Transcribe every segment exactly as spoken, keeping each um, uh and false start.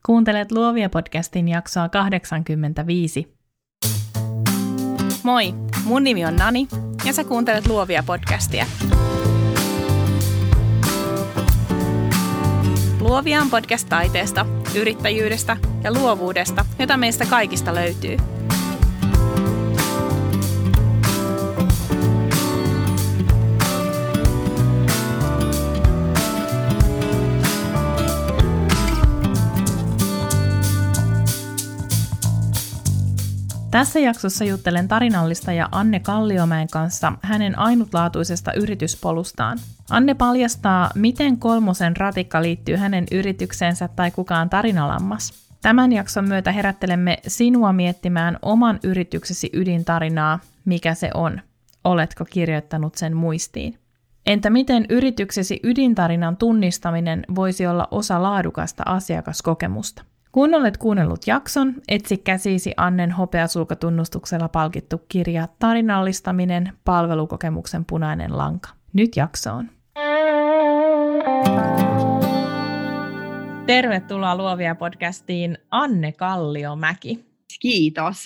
Kuuntelet Luovia podcastin jaksoa kahdeksankymmentäviisi. Moi, mun nimi on Nani ja sä kuuntelet Luovia podcastia. Luovia on podcast taiteesta, yrittäjyydestä ja luovuudesta, jota meistä kaikista löytyy. Tässä jaksossa juttelen tarinallistaja Anne Kalliomäen kanssa hänen ainutlaatuisesta yrityspolustaan. Anne paljastaa, miten kolmosen ratikka liittyy hänen yritykseensä tai kukaan tarinalammas. Tämän jakson myötä herättelemme sinua miettimään oman yrityksesi ydintarinaa, mikä se on. Oletko kirjoittanut sen muistiin? Entä miten yrityksesi ydintarinan tunnistaminen voisi olla osa laadukasta asiakaskokemusta? Kun olet kuunnellut jakson, etsi käsisi Annen hopeasulkatunnustuksella palkittu kirja Tarinallistaminen, palvelukokemuksen punainen lanka. Nyt jaksoon. Tervetuloa Luovia podcastiin Anne Kalliomäki. Kiitos.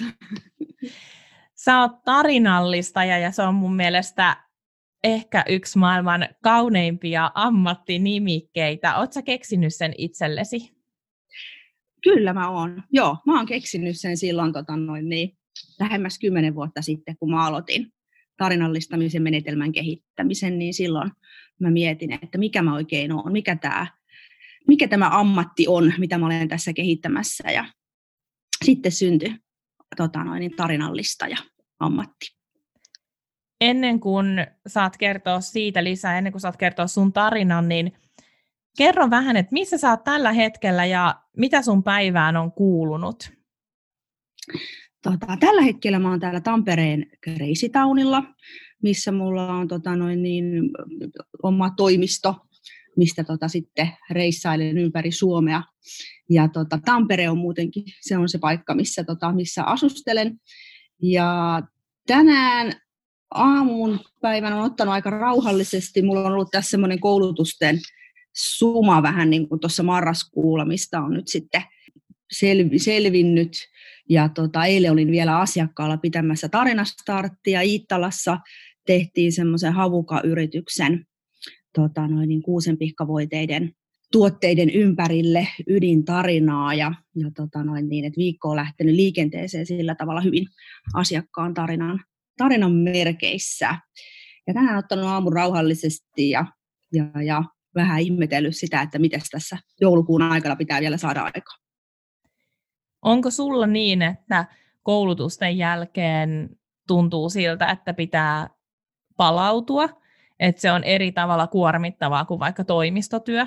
Sä oot tarinallistaja ja se on mun mielestä ehkä yksi maailman kauneimpia ammattinimikkeitä. Oot sä keksinyt sen itsellesi? Kyllä mä oon. Joo, mä oon keksinyt sen silloin tota, noin, niin, lähemmäs kymmenen vuotta sitten, kun mä aloitin tarinallistamisen menetelmän kehittämisen, niin silloin mä mietin, että mikä mä oikein oon, mikä, tää, mikä tämä ammatti on, mitä mä olen tässä kehittämässä. Ja sitten syntyi tota, noin, niin, tarinallistaja ammatti. Ennen kuin saat kertoa siitä lisää, ennen kuin saat kertoa sun tarinan, niin kerro vähän, että missä sä oot tällä hetkellä ja mitä sun päivään on kuulunut? Tota, tällä hetkellä mä oon täällä Tampereen Crazy Townilla, missä mulla on tota, noin niin, oma toimisto, mistä tota, sitten reissailen ympäri Suomea. Ja tota, Tampere on muutenkin, se on se paikka, missä, tota, missä asustelen. Ja tänään aamun päivän on ottanut aika rauhallisesti. Mulla on ollut tässä semmoinen koulutusten suma vähän niin kuin tuossa marraskuulla, mistä on nyt sitten selvi, selvinnyt. Ja tota, eilen olin vielä asiakkaalla pitämässä tarinastarttia Iittalassa. Tehtiin semmoisen havukayrityksen tota, noin niin kuusenpihkavoiteiden tuotteiden ympärille ydintarinaa. Ja, ja tota, noin niin, että viikko on lähtenyt liikenteeseen sillä tavalla hyvin asiakkaan tarinan, tarinan merkeissä. Ja tänään on ottanut aamun rauhallisesti ja, ja, ja vähän ihmetellyt sitä, että miten tässä joulukuun aikana pitää vielä saada aikaa. Onko sulla niin, että koulutusten jälkeen tuntuu siltä, että pitää palautua, että se on eri tavalla kuormittavaa kuin vaikka toimistotyö?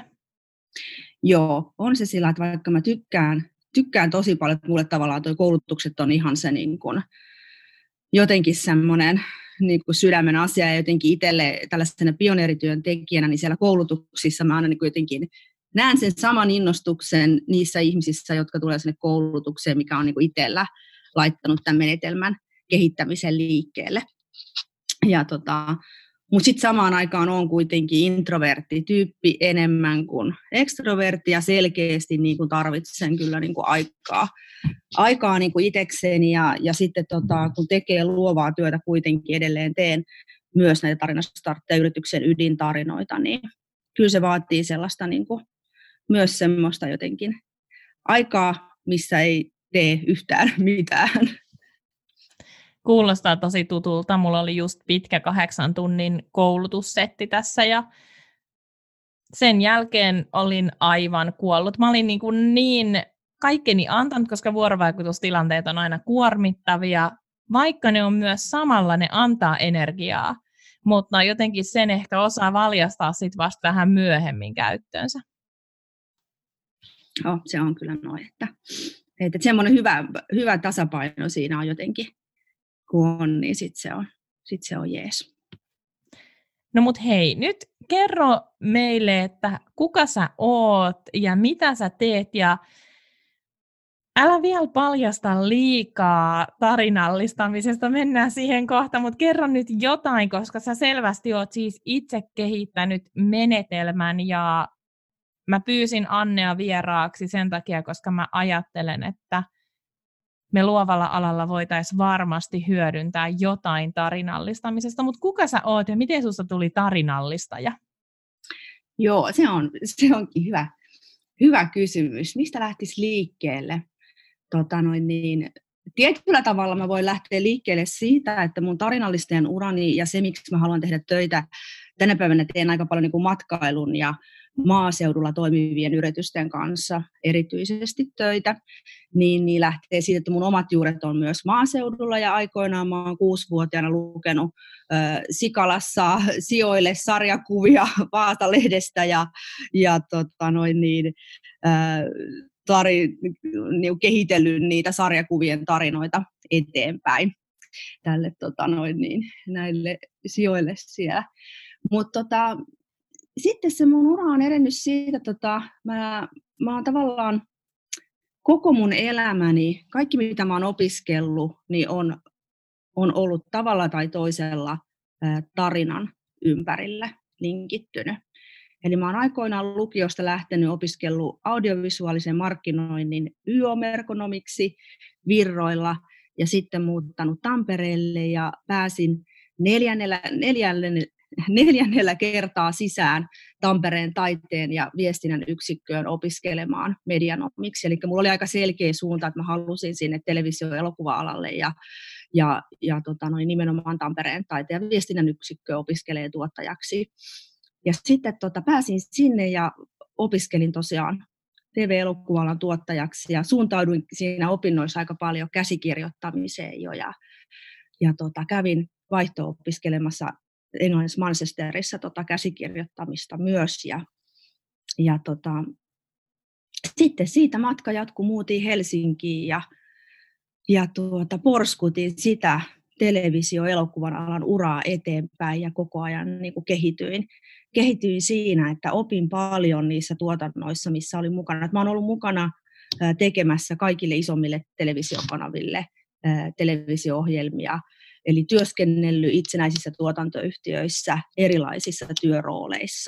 Joo, on se sillä, että vaikka mä tykkään, tykkään tosi paljon, että mulle tavallaan toi koulutukset on ihan se niin kuin jotenkin semmoinen niin kuin sydämen asia, ja jotenkin itselle tällaisena pioneerityön tekijänä, niin siellä koulutuksissa mä aina niin kuin jotenkin näen sen saman innostuksen niissä ihmisissä, jotka tulee sinne koulutukseen, mikä on niin kuin itsellä laittanut tämän menetelmän kehittämisen liikkeelle. Ja tota, mutta sitten samaan aikaan on kuitenkin introvertti-tyyppi enemmän kuin ekstrovertti, ja selkeästi niin kuin tarvitsen kyllä niin kuin aikaa, aikaa niin kuin itsekseni, ja, ja sitten tota, kun tekee luovaa työtä kuitenkin edelleen teen myös näitä tarinastartteja-yrityksen ydintarinoita, niin kyllä se vaatii sellaista niin kuin, myös semmoista jotenkin aikaa, missä ei tee yhtään mitään. Kuulostaa tosi tutulta. Mulla oli just pitkä kahdeksan tunnin koulutussetti tässä ja sen jälkeen olin aivan kuollut. Mä olin niin, kuin niin kaikkeni antanut, koska vuorovaikutustilanteet on aina kuormittavia, vaikka ne on myös samalla, ne antaa energiaa, mutta jotenkin sen ehkä osaa valjastaa sit vasta vähän myöhemmin käyttöönsä. Oh, se on kyllä noin, että, että semmoinen hyvä, hyvä tasapaino siinä on jotenkin. Kun on, niin sitten se on, sit se on jees. No mut hei, nyt kerro meille, että kuka sä oot ja mitä sä teet, ja älä vielä paljasta liikaa tarinallistamisesta, mennään siihen kohta, mutta kerro nyt jotain, koska sä selvästi oot siis itse kehittänyt menetelmän ja mä pyysin Annea vieraaksi sen takia, koska mä ajattelen, että me luovalla alalla voitaisiin varmasti hyödyntää jotain tarinallistamisesta, mutta kuka sä oot ja miten susta tuli tarinallistaja? Joo, se, on, se onkin hyvä, hyvä kysymys. Mistä lähtisi liikkeelle? Tota noin niin, tietyllä tavalla mä voin lähteä liikkeelle siitä, että mun tarinallistajan urani ja se, miksi mä haluan tehdä töitä, tänä päivänä teen aika paljon niin kuin matkailun ja maaseudulla toimivien yritysten kanssa erityisesti töitä, niin, niin lähtee siitä, että mun omat juuret on myös maaseudulla ja aikoinaan mä oon kuusivuotiaana lukenut äh, Sikalassa sijoille sarjakuvia Vaatalehdestä ja, ja tota noin niin, äh, tari, niin, kehitellyt niitä sarjakuvien tarinoita eteenpäin tälle tota noin niin, näille sijoille siellä. Mutta tota, sitten se mun ura on edennyt siitä, tota, mä, mä oon tavallaan koko mun elämäni, kaikki mitä mä oon opiskellut, niin on, on ollut tavalla tai toisella ää, tarinan ympärillä linkittynyt. Eli mä oon aikoinaan lukiosta lähtenyt opiskellut audiovisuaalisen markkinoinnin Y O-merkonomiksi Virroilla ja sitten muuttanut Tampereelle ja pääsin neljännellä, neljännellä, neljännellä kertaa sisään Tampereen taiteen ja viestinnän yksikköön opiskelemaan medianomiksi. Eli mulla oli aika selkeä suunta, että mä halusin sinne televisio- ja elokuva-alalle ja, ja, ja tota noin, nimenomaan Tampereen taiteen ja viestinnän yksikköön opiskelee tuottajaksi. Ja sitten tota, pääsin sinne ja opiskelin tosiaan T V-elokuva-alan tuottajaksi ja suuntauduin siinä opinnoissa aika paljon käsikirjoittamiseen jo ja, ja tota, kävin vaihto-opiskelemassa Englannissa Manchesterissa tota, käsikirjoittamista myös ja, ja tota, sitten siitä matka jatkui, muutiin Helsinkiin ja, ja tuota, porskutin sitä televisio-elokuvan alan uraa eteenpäin ja koko ajan niin kuin kehityin. Kehityin siinä, että opin paljon niissä tuotannoissa, missä olin mukana. Mä oon ollut mukana tekemässä kaikille isommille televisiokanaville televisio-ohjelmia, eli työskennellyt itsenäisissä tuotantoyhtiöissä erilaisissa työrooleissa.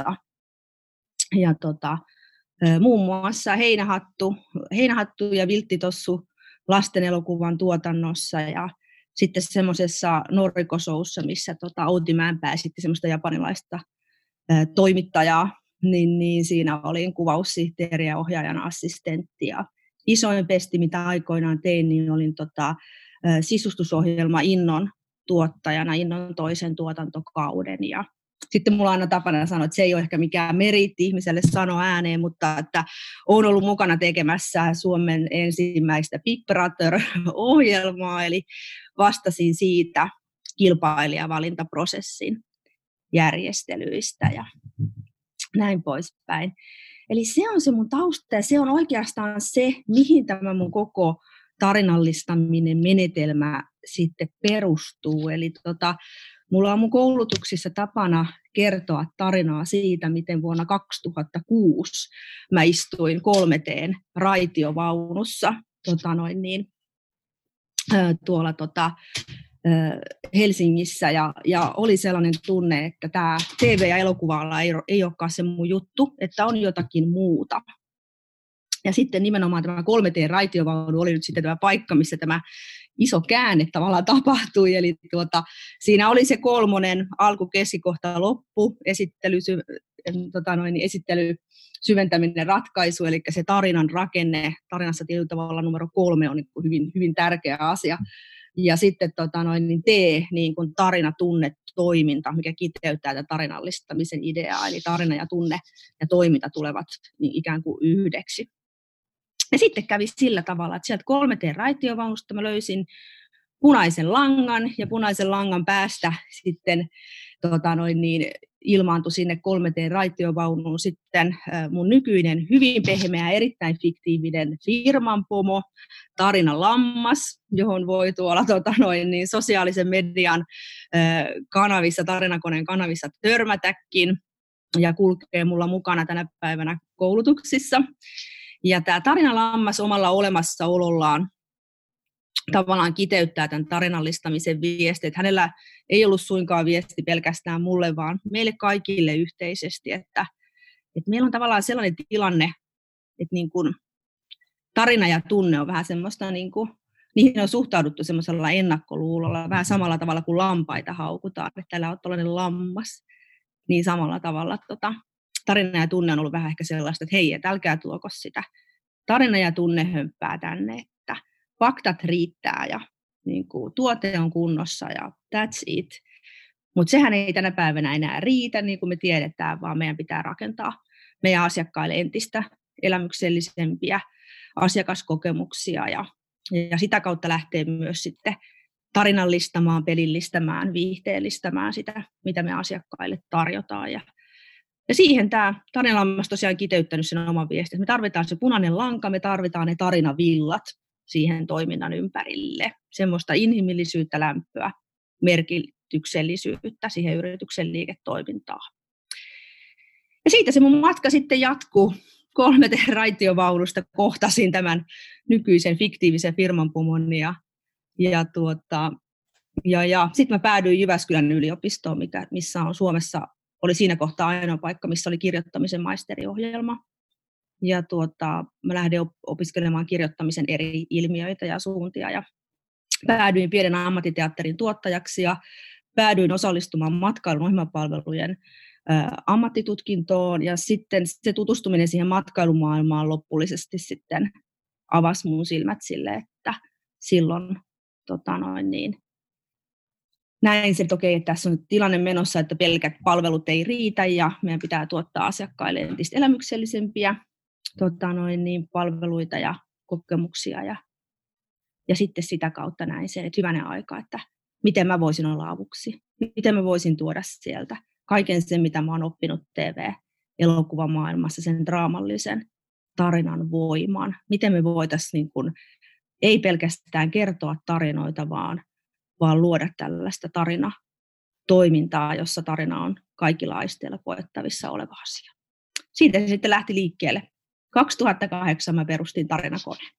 Ja tota, muun muassa Heinähattu, Heinähattu ja Vilttitossu lasten elokuvan tuotannossa ja sitten semmoisessa Norikosoussa, missä tota, Outi Mäenpää sitten semmoista japanilaista ää, toimittajaa, niin, niin siinä olin kuvaussihteeri ja ohjaajan assistentti. Ja isoin pesti, mitä aikoinaan tein, niin olin tota, ää, sisustusohjelma Innon tuottajana, Innon toisen tuotantokauden. Ja sitten mulla on aina tapana sanoa, että se ei ole ehkä mikään meriitti ihmiselle sanoa ääneen, mutta että olen ollut mukana tekemässä Suomen ensimmäistä Big Brother-ohjelmaa, eli vastasin siitä kilpailijavalintaprosessin järjestelyistä ja näin poispäin. Eli se on se mun tausta ja se on oikeastaan se, mihin tämä mun koko tarinallistaminen menetelmä sitten perustuu. Eli tota, mulla on mun koulutuksissa tapana kertoa tarinaa siitä, miten vuonna kaksituhattakuusi mä istuin kolme T:n raitiovaunussa tota noin niin, tuolla tota, Helsingissä ja, ja oli sellainen tunne, että tämä T V- ja elokuva-ala ei, ei olekaan se mun juttu, että on jotakin muuta. Ja sitten nimenomaan tämä kolme T:n raitiovaunu oli nyt sitten tämä paikka, missä tämä iso käänne tavallaan tapahtui. Eli tuota, siinä oli se kolmonen alku, keskikohta, loppu, esittely, sy, tota noin, esittely, syventäminen, ratkaisu, eli se tarinan rakenne. Tarinassa tietyllä tavalla numero kolme on niin kuin hyvin, hyvin tärkeä asia. Ja sitten tota noin, niin T, niin kuin tarina, tunne, toiminta, mikä kiteyttää tätä tarinallistamisen ideaa. Eli tarina ja tunne ja toiminta tulevat niin ikään kuin yhdeksi. Ja sitten kävi sillä tavalla, että sieltä kolme T:n raitiovaunusta mä löysin punaisen langan, ja punaisen langan päästä sitten tota noin niin, ilmaantui sinne kolme T:n raitiovaunuun sitten mun nykyinen hyvin pehmeä, erittäin fiktiivinen firman pomo, Tarina Lammas, johon voi tuolla tota noin niin, sosiaalisen median kanavissa, Tarinakoneen kanavissa törmätäkin, ja kulkee mulla mukana tänä päivänä koulutuksissa. Ja tämä Tarina Lammas omalla olemassaolollaan tavallaan kiteyttää tämän tarinallistamisen viestin, että hänellä ei ollut suinkaan viesti pelkästään mulle, vaan meille kaikille yhteisesti, että, Et meillä on tavallaan sellainen tilanne, että niin kuin tarina ja tunne on vähän semmoista, niin kuin, niihin on suhtauduttu semmoisella ennakkoluulolla, vähän samalla tavalla kuin lampaita haukutaan, että täällä on tällainen lammas, niin samalla tavalla tota, tarina ja tunne on ollut vähän ehkä sellaista, että hei, et älkää tuoko sitä tarina ja tunne hömppää tänne, että faktat riittää ja niin kuin, tuote on kunnossa ja that's it. Mutta sehän ei tänä päivänä enää riitä, niin kuin me tiedetään, vaan meidän pitää rakentaa meidän asiakkaille entistä elämyksellisempiä asiakaskokemuksia ja, ja sitä kautta lähtee myös sitten tarinallistamaan, pelillistämään, viihteellistämään sitä, mitä me asiakkaille tarjotaan. Ja, ja siihen tämä Tarinalammas tosiaan kiteyttänyt sen oman viestin. Me tarvitaan se punainen lanka, me tarvitaan ne tarinavillat siihen toiminnan ympärille. Semmoista inhimillisyyttä, lämpöä, merkityksellisyyttä siihen yrityksen liiketoimintaan. Ja siitä se mun matka sitten jatkuu. kolme D-raitiovaunusta kohtasin tämän nykyisen fiktiivisen firman pomon ja, ja, tuota, ja, ja sitten mä päädyin Jyväskylän yliopistoon, mikä, missä on Suomessa, oli siinä kohtaa ainoa paikka, missä oli kirjoittamisen maisteriohjelma. Ja tuota, mä lähdin opiskelemaan kirjoittamisen eri ilmiöitä ja suuntia ja päädyin pienen ammattiteatterin tuottajaksi ja päädyin osallistumaan matkailun ohjelmapalvelujen ammattitutkintoon ja sitten se tutustuminen siihen matkailumaailmaan lopullisesti sitten avasi mun silmät sille, että silloin tota noin niin, näin se, että okei, että tässä on tilanne menossa, että pelkät palvelut ei riitä ja meidän pitää tuottaa asiakkaille entistä elämyksellisempiä tota noin niin, palveluita ja kokemuksia ja, ja sitten sitä kautta näin sen, että hyvänen aika, että miten mä voisin olla avuksi, miten mä voisin tuoda sieltä kaiken sen, mitä mä oon oppinut T V-elokuvamaailmassa, sen draamallisen tarinan voiman. Miten me voitaisiin niin kun, ei pelkästään kertoa tarinoita, vaan, vaan luoda tällaista tarinatoimintaa, jossa tarina on kaikilla aisteilla koettavissa oleva asia. Siitä se sitten lähti liikkeelle. kaksituhattakahdeksan mä perustin Tarinakoneen.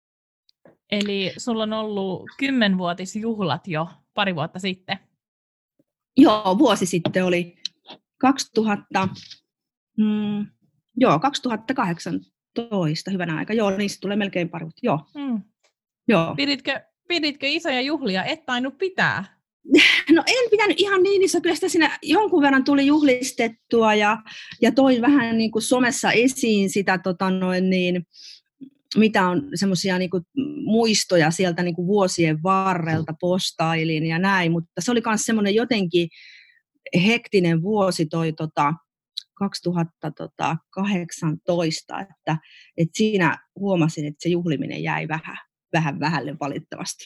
Eli sulla on ollut kymmenvuotisjuhlat jo pari vuotta sitten. Joo, vuosi sitten oli kaksituhatta, mm, joo, kaksituhattakahdeksantoista, hyvänä aika. Joo, niistä tulee melkein pari vuotta. Joo. Mm. Joo. Piditkö, piditkö isoja juhlia? Et tainnut pitää? No en pitänyt ihan niin iso. Kyllä sitä siinä jonkun verran tuli juhlistettua ja, ja toin vähän niin kuin somessa esiin sitä, tota noin niin, mitä on semmoisia niin kuin muistoja sieltä niin kuin vuosien varrelta, postailin ja näin, mutta se oli myös semmoinen jotenkin hektinen vuosi toi tota, kaksituhattakahdeksantoista, että, että siinä huomasin, että se juhliminen jäi vähän, vähän vähälle valitettavasti.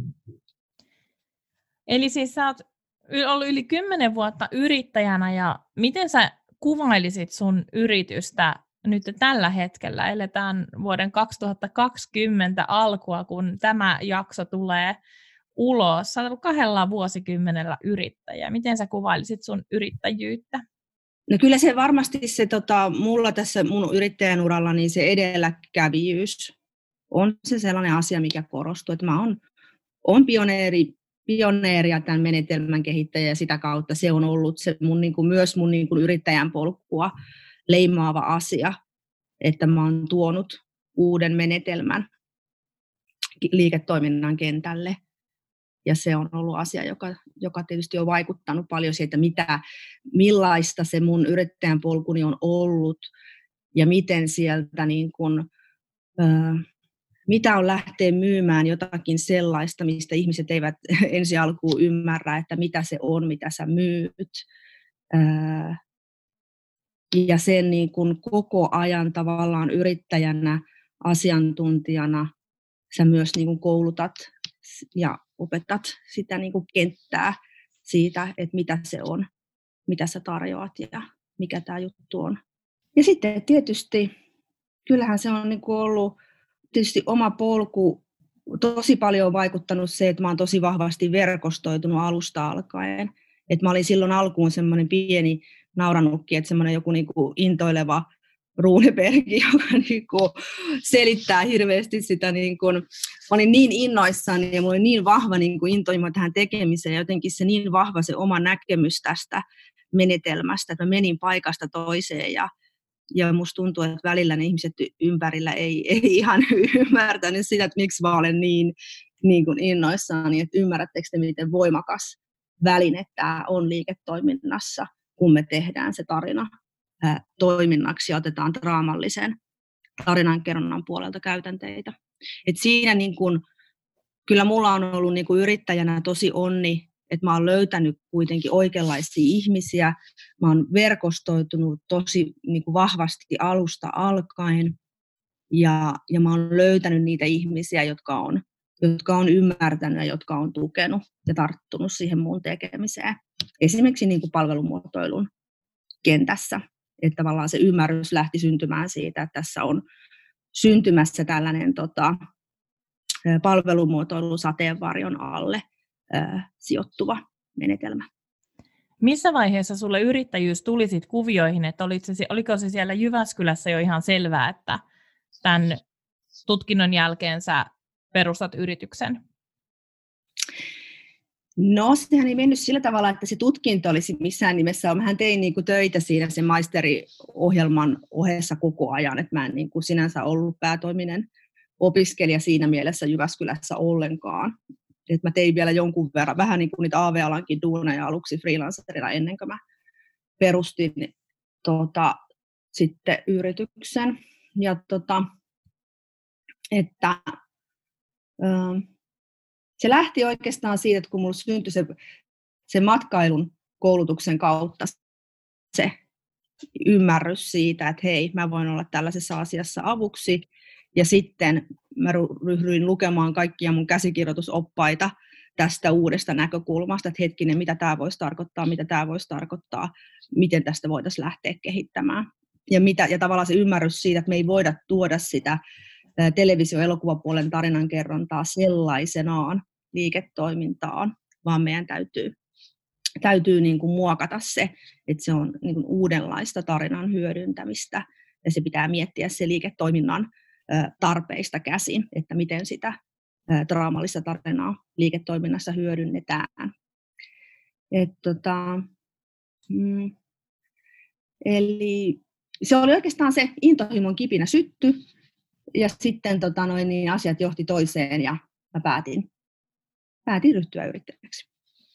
Eli siis sä oot ollut yli kymmenen vuotta yrittäjänä ja miten sä kuvailisit sun yritystä nyt tällä hetkellä? Eletään vuoden kaksituhattakaksikymmentä alkua, kun tämä jakso tulee ulos. Sä oot ollut kahdella vuosikymmenellä yrittäjä. Miten sä kuvailisit sun yrittäjyyttä? No kyllä se varmasti se, tota, mulla tässä mun yrittäjän uralla, niin se edelläkävijyys on se sellainen asia, mikä korostuu. Että mä oon, oon pioneeri, pioneeria tämän menetelmän kehittäjä ja sitä kautta se on ollut se mun, niin kuin, myös mun niin kuin yrittäjän polkua leimaava asia, että mä oon tuonut uuden menetelmän liiketoiminnan kentälle. Ja se on ollut asia, joka, joka tietysti on vaikuttanut paljon siitä, mitä, millaista se mun yrittäjän polkuni on ollut ja miten sieltä niin kun, ö, mitä on lähteä myymään jotakin sellaista, mistä ihmiset eivät ensi alkuun ymmärrä, että mitä se on, mitä sä myyt. Ö, ja sen niin kun koko ajan tavallaan yrittäjänä, asiantuntijana sä myös niin kun koulutat ja opetat sitä niin kuin kenttää siitä, että mitä se on, mitä sä tarjoat ja mikä tämä juttu on. Ja sitten tietysti, kyllähän se on niin kuin ollut tietysti oma polku, tosi paljon on vaikuttanut se, että mä oon tosi vahvasti verkostoitunut alusta alkaen. Että mä olin silloin alkuun semmoinen pieni nauranukki, että semmoinen joku niin kuin intoileva Runebergi, joka niin kuin selittää hirveästi sitä. Niin kuin, mä olin niin innoissani ja mulla oli niin vahva niin kuin intohimo tähän tekemiseen ja jotenkin se niin vahva se oma näkemys tästä menetelmästä, että mä menin paikasta toiseen ja, Ja musta tuntuu, että välillä ne ihmiset ympärillä ei, ei ihan ymmärtänyt sitä, että miksi mä olen niin, niin kuin innoissaan, että ymmärrättekö te, miten voimakas väline tämä on liiketoiminnassa, kun me tehdään se tarina ää, toiminnaksi ja otetaan draamallisen tarinankerronnan puolelta käytänteitä. Et siinä niin kun, kyllä mulla on ollut niin kun yrittäjänä tosi onni, että mä oon löytänyt kuitenkin oikeanlaisia ihmisiä. Mä oon verkostoitunut tosi niin kun vahvasti alusta alkaen ja, ja mä oon löytänyt niitä ihmisiä, jotka on, jotka on ymmärtänyt ja jotka on tukenut ja tarttunut siihen mun tekemiseen. Esimerkiksi niin kun palvelumuotoilun kentässä. Että tavallaan se ymmärrys lähti syntymään siitä, että tässä on syntymässä tällainen tota, palvelumuotoilu sateenvarjon alle ää, sijoittuva menetelmä. Missä vaiheessa sulle yrittäjyys tuli sit kuvioihin, että oliko se siellä Jyväskylässä jo ihan selvää, että tämän tutkinnon jälkeen sä perustat yrityksen? No, sehän ei mennyt sillä tavalla, että se tutkinto olisi missään nimessä. Mähän tein niin kuin töitä siinä sen maisteriohjelman ohessa koko ajan, että mä en niin kuin sinänsä ollut päätoiminen opiskelija siinä mielessä Jyväskylässä ollenkaan. Et mä tein vielä jonkun verran, vähän niin kuin niitä A V-alankin duuneja aluksi freelancerina ennen kuin mä perustin tota, sitten yrityksen. Ja tota, että... Ähm, Se lähti oikeastaan siitä, että kun minulla syntyi se, se matkailun koulutuksen kautta se ymmärrys siitä, että hei, mä voin olla tällaisessa asiassa avuksi. Ja sitten mä ryhdyin lukemaan kaikkia mun käsikirjoitusoppaita tästä uudesta näkökulmasta, että hetkinen, mitä tämä voisi tarkoittaa, mitä tämä voisi tarkoittaa, miten tästä voitaisiin lähteä kehittämään. Ja, mitä, ja tavallaan se ymmärrys siitä, että me ei voida tuoda sitä televisio-elokuvapuolen tarinankerrontaa sellaisenaan liiketoimintaan, vaan meidän täytyy, täytyy niin kuin muokata se, että se on niin kuin uudenlaista tarinan hyödyntämistä ja se pitää miettiä se liiketoiminnan tarpeista käsin, että miten sitä draamallista tarinaa liiketoiminnassa hyödynnetään. Et tota, mm, eli se oli oikeastaan se intohimon kipinä sytty. Ja sitten tota, noin, niin asiat johti toiseen ja mä päätin, päätin ryhtyä yrittäjäksi.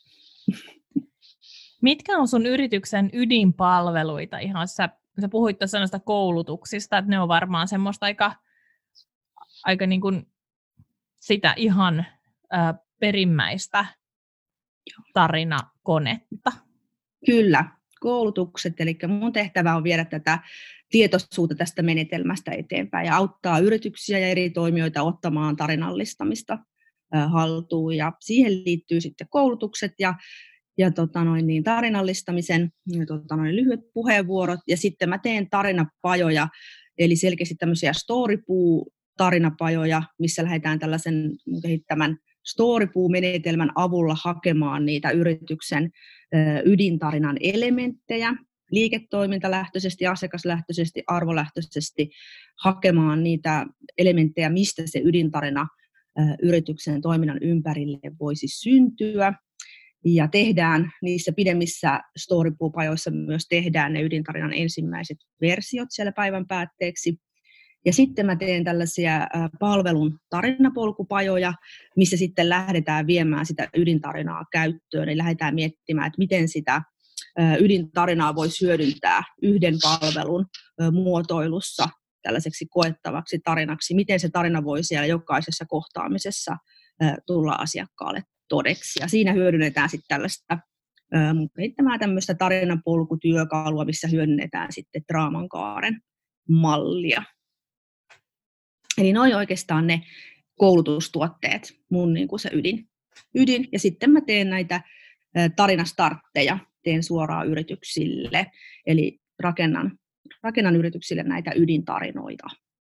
Mitkä on sun yrityksen ydinpalveluita? Ihan sä, sä puhuit tuossa noista koulutuksista, että ne on varmaan semmoista aika, aika niin kuin sitä ihan ä, perimmäistä tarinakonetta. Kyllä, koulutukset. Eli mun tehtävä on viedä tätä tietoisuutta tästä menetelmästä eteenpäin ja auttaa yrityksiä ja eri toimijoita ottamaan tarinallistamista haltuun. Ja siihen liittyy sitten koulutukset ja, ja tota noin, niin tarinallistamisen ja tota noin, lyhyet puheenvuorot. Ja sitten mä teen tarinapajoja, eli selkeästi tämmöisiä Storypoo-tarinapajoja, missä lähdetään tällaisen kehittämän Storypoo-menetelmän avulla hakemaan niitä yrityksen ydintarinan elementtejä, liiketoimintalähtöisesti, asiakaslähtöisesti, arvolähtöisesti hakemaan niitä elementtejä, mistä se ydintarina yrityksen toiminnan ympärille voisi syntyä. Ja tehdään niissä pidemmissä Storypoo-pajoissa myös tehdään ne ydintarinan ensimmäiset versiot siellä päivän päätteeksi. Ja sitten mä teen tällaisia palvelun tarinapolkupajoja, missä sitten lähdetään viemään sitä ydintarinaa käyttöön. Eli lähdetään miettimään, että miten sitä ydintarinaa voisi hyödyntää yhden palvelun muotoilussa tällaiseksi koettavaksi tarinaksi. Miten se tarina voi siellä jokaisessa kohtaamisessa tulla asiakkaalle todeksi. Ja siinä hyödynnetään sitten tällaista kehittämään tämmöistä tarinapolkutyökalua, missä hyödynnetään sitten draaman kaaren mallia. Eli noi oikeastaan ne koulutustuotteet, mun niin kuin se ydin. ydin. Ja sitten mä teen näitä tarinastartteja, teen suoraan yrityksille, eli rakennan, rakennan yrityksille näitä ydintarinoita.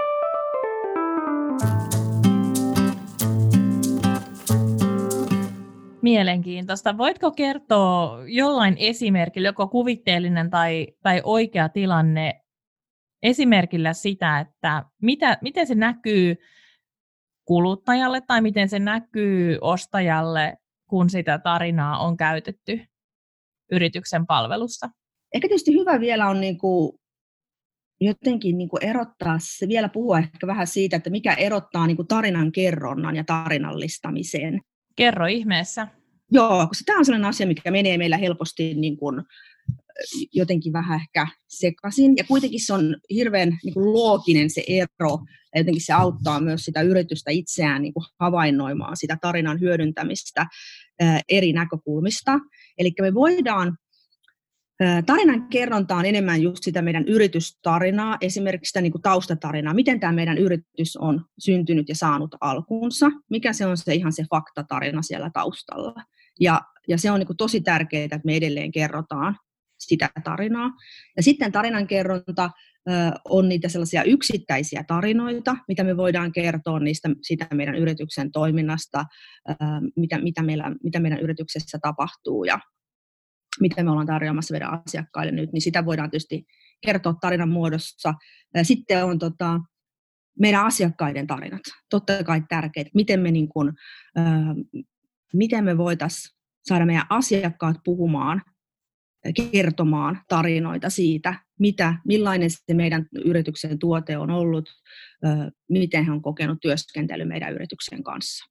Mielenkiintoista. Voitko kertoa jollain esimerkillä, joko kuvitteellinen tai, tai oikea tilanne, esimerkillä sitä, että mitä, miten se näkyy kuluttajalle tai miten se näkyy ostajalle, kun sitä tarinaa on käytetty yrityksen palvelussa? Ehkä tietysti hyvä vielä on niin kuin jotenkin niin kuin erottaa se, vielä puhua ehkä vähän siitä, että mikä erottaa niin kuin tarinan kerronnan ja tarinallistamisen. Kerro ihmeessä. Joo, koska tämä on sellainen asia, mikä menee meillä helposti niin kuin jotenkin vähän ehkä sekaisin. Ja kuitenkin se on hirveän niin kuin looginen se ero, ja jotenkin se auttaa myös sitä yritystä itseään niin kuin havainnoimaan sitä tarinan hyödyntämistä ää, eri näkökulmista. Eli me voidaan, ää, tarinan kerronta on enemmän just sitä meidän yritystarinaa, esimerkiksi sitä niin kuin taustatarinaa, miten tämä meidän yritys on syntynyt ja saanut alkuunsa, mikä se on se ihan se faktatarina siellä taustalla. Ja, ja se on niin kuin tosi tärkeää, että me edelleen kerrotaan sitä tarinaa. Ja sitten tarinankerronta ö, on niitä sellaisia yksittäisiä tarinoita, mitä me voidaan kertoa niistä, sitä meidän yrityksen toiminnasta, ö, mitä, mitä, meillä, mitä meidän yrityksessä tapahtuu ja mitä me ollaan tarjoamassa meidän asiakkaille nyt, niin sitä voidaan tietysti kertoa tarinan muodossa. Sitten on tota, meidän asiakkaiden tarinat, totta kai tärkeitä, miten me, niin kun, ö, miten me voitaisiin saada meidän asiakkaat puhumaan, kertomaan tarinoita siitä, mitä, millainen se meidän yrityksen tuote on ollut, miten he on kokenut työskentely meidän yrityksen kanssa.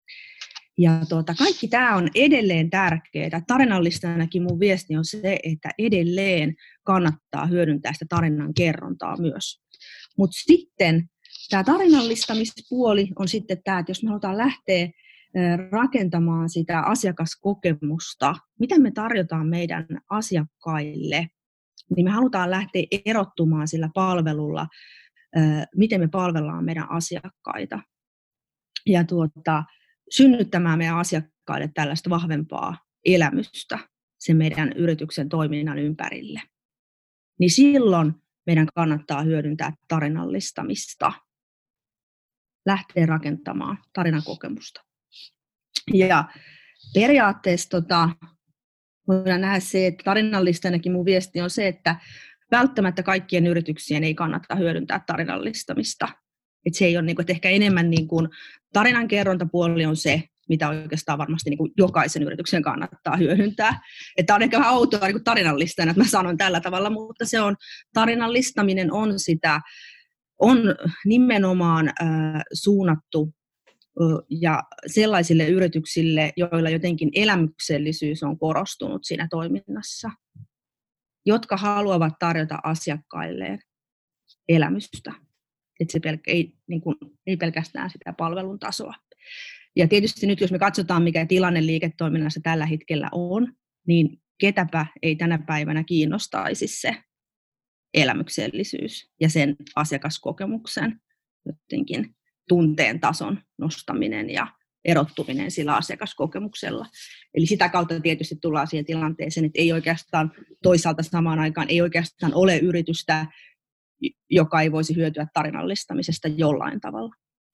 Ja tuota, kaikki tämä on edelleen tärkeää. Tarinallistajanakin mun viesti on se, että edelleen kannattaa hyödyntää sitä tarinan kerrontaa myös. Mutta sitten tämä tarinallistamispuoli on sitten tämä, että jos me halutaan lähteä rakentamaan sitä asiakaskokemusta, mitä me tarjotaan meidän asiakkaille, niin me halutaan lähteä erottumaan sillä palvelulla, miten me palvellaan meidän asiakkaita. Ja tuota, synnyttämään meidän asiakkaille tällaista vahvempaa elämystä sen meidän yrityksen toiminnan ympärille. Niin silloin meidän kannattaa hyödyntää tarinallistamista, lähteä rakentamaan tarinakokemusta. Ja periaatteessa tota, voidaan nähdä se, että tarinallistajanakin mun viesti on se, että välttämättä kaikkien yrityksien ei kannata hyödyntää tarinallistamista. Että se ei ole, niin kuin, että ehkä enemmän niin kuin, tarinankerrontapuoli on se, mitä oikeastaan varmasti niin kuin jokaisen yrityksen kannattaa hyödyntää. Että on ehkä vähän outoa niin kuin tarinallistajana, että mä sanon tällä tavalla, mutta se on, tarinallistaminen on sitä, on nimenomaan äh, suunnattu ja sellaisille yrityksille, joilla jotenkin elämyksellisyys on korostunut siinä toiminnassa, jotka haluavat tarjota asiakkailleen elämystä. Että se pelk- ei, niin kuin, ei pelkästään sitä palvelun tasoa. Ja tietysti nyt, jos me katsotaan, mikä tilanne liiketoiminnassa tällä hetkellä on, niin ketäpä ei tänä päivänä kiinnostaisi se elämyksellisyys ja sen asiakaskokemuksen jotenkin tunteen tason nostaminen ja erottuminen sillä asiakaskokemuksella. Eli sitä kautta tietysti tullaan siihen tilanteeseen, että ei oikeastaan toisaalta samaan aikaan ei oikeastaan ole yritystä, joka ei voisi hyötyä tarinallistamisesta jollain tavalla.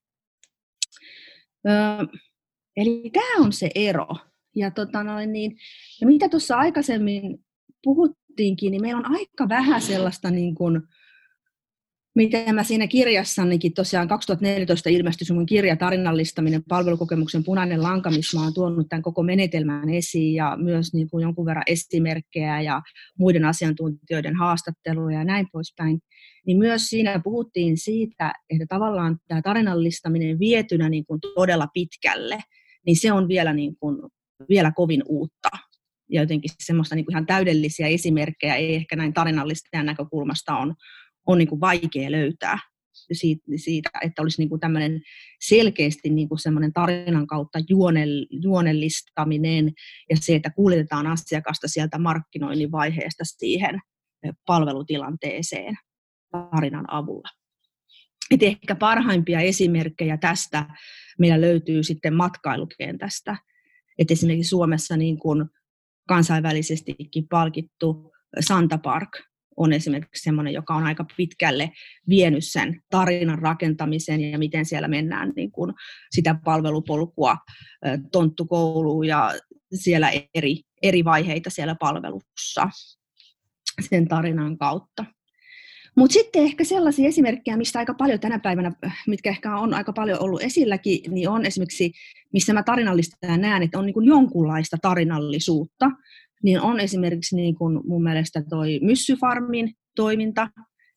Öö, eli tämä on se ero. Ja, tota noin, niin, ja mitä tuossa aikaisemmin puhuttiinkin, niin meillä on aika vähän sellaista niin kuin, mitä mä siinä kirjassanikin tosiaan kaksituhattaneljätoista ilmestyi mun kirja Tarinallistaminen, palvelukokemuksen punainen lanka, missä mä oon tuonut tämän koko menetelmän esiin ja myös niin kuin jonkun verran esimerkkejä ja muiden asiantuntijoiden haastatteluja ja näin poispäin. Niin myös siinä puhuttiin siitä, että tavallaan tämä tarinallistaminen vietynä niin kuin todella pitkälle, niin se on vielä, niin kuin, vielä kovin uutta. Ja jotenkin semmoista niin kuin ihan täydellisiä esimerkkejä ei ehkä näin tarinallistajan näkökulmasta on on niin kuin vaikea löytää siitä, että olisi niin kuin tämmöinen selkeästi niin kuin semmoinen tarinan kautta juonellistaminen ja se, että kuljetetaan asiakasta sieltä markkinoinnin vaiheesta siihen palvelutilanteeseen tarinan avulla. Et ehkä parhaimpia esimerkkejä tästä meillä löytyy sitten matkailukentästä. Et esimerkiksi Suomessa niin kuin kansainvälisestikin palkittu Santa Park on esimerkiksi semmoinen, joka on aika pitkälle vienyt sen tarinan rakentamisen ja miten siellä mennään niin kuin sitä palvelupolkua tonttukouluun ja siellä eri, eri vaiheita siellä palvelussa sen tarinan kautta. Mutta sitten ehkä sellaisia esimerkkejä, mistä aika paljon tänä päivänä, mitkä ehkä on aika paljon ollut esilläkin, niin on esimerkiksi, missä mä tarinallistajana näen, että on niin kuin jonkunlaista tarinallisuutta, niin on esimerkiksi niin kuin mun mielestä toi Myssyfarmin toiminta,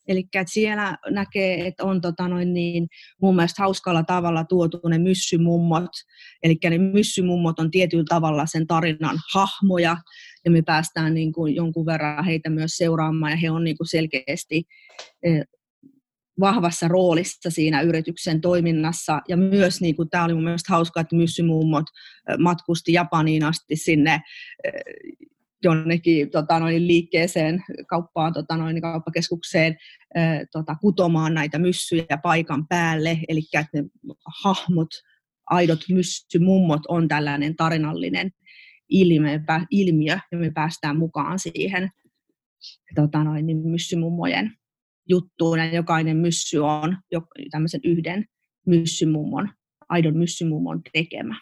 Eli siellä näkee, että on tota noin niin, mun mielestä hauskalla tavalla tuotu ne myssymummot. Eli ne myssymummot on tietyllä tavalla sen tarinan hahmoja, ja me päästään niin kuin jonkun verran heitä myös seuraamaan, ja he on niin kuin selkeästi eh, vahvassa roolissa siinä yrityksen toiminnassa. Ja myös, niin kuin, tämä oli mun mielestä hauskaa, että myssymummot matkusti Japaniin asti sinne eh, jonnekin tota, noin, liikkeeseen, kauppaan, tota, noin, kauppakeskukseen ää, tota, kutomaan näitä myssyjä paikan päälle. Eli että ne hahmot, aidot myssymummot on tällainen tarinallinen ilmiö, ilmiö ja me päästään mukaan siihen tota, noin, niin myssymummojen juttuun. Ja jokainen myssy on jo, tämmöisen yhden myssymummon, aidon myssymummon tekemä.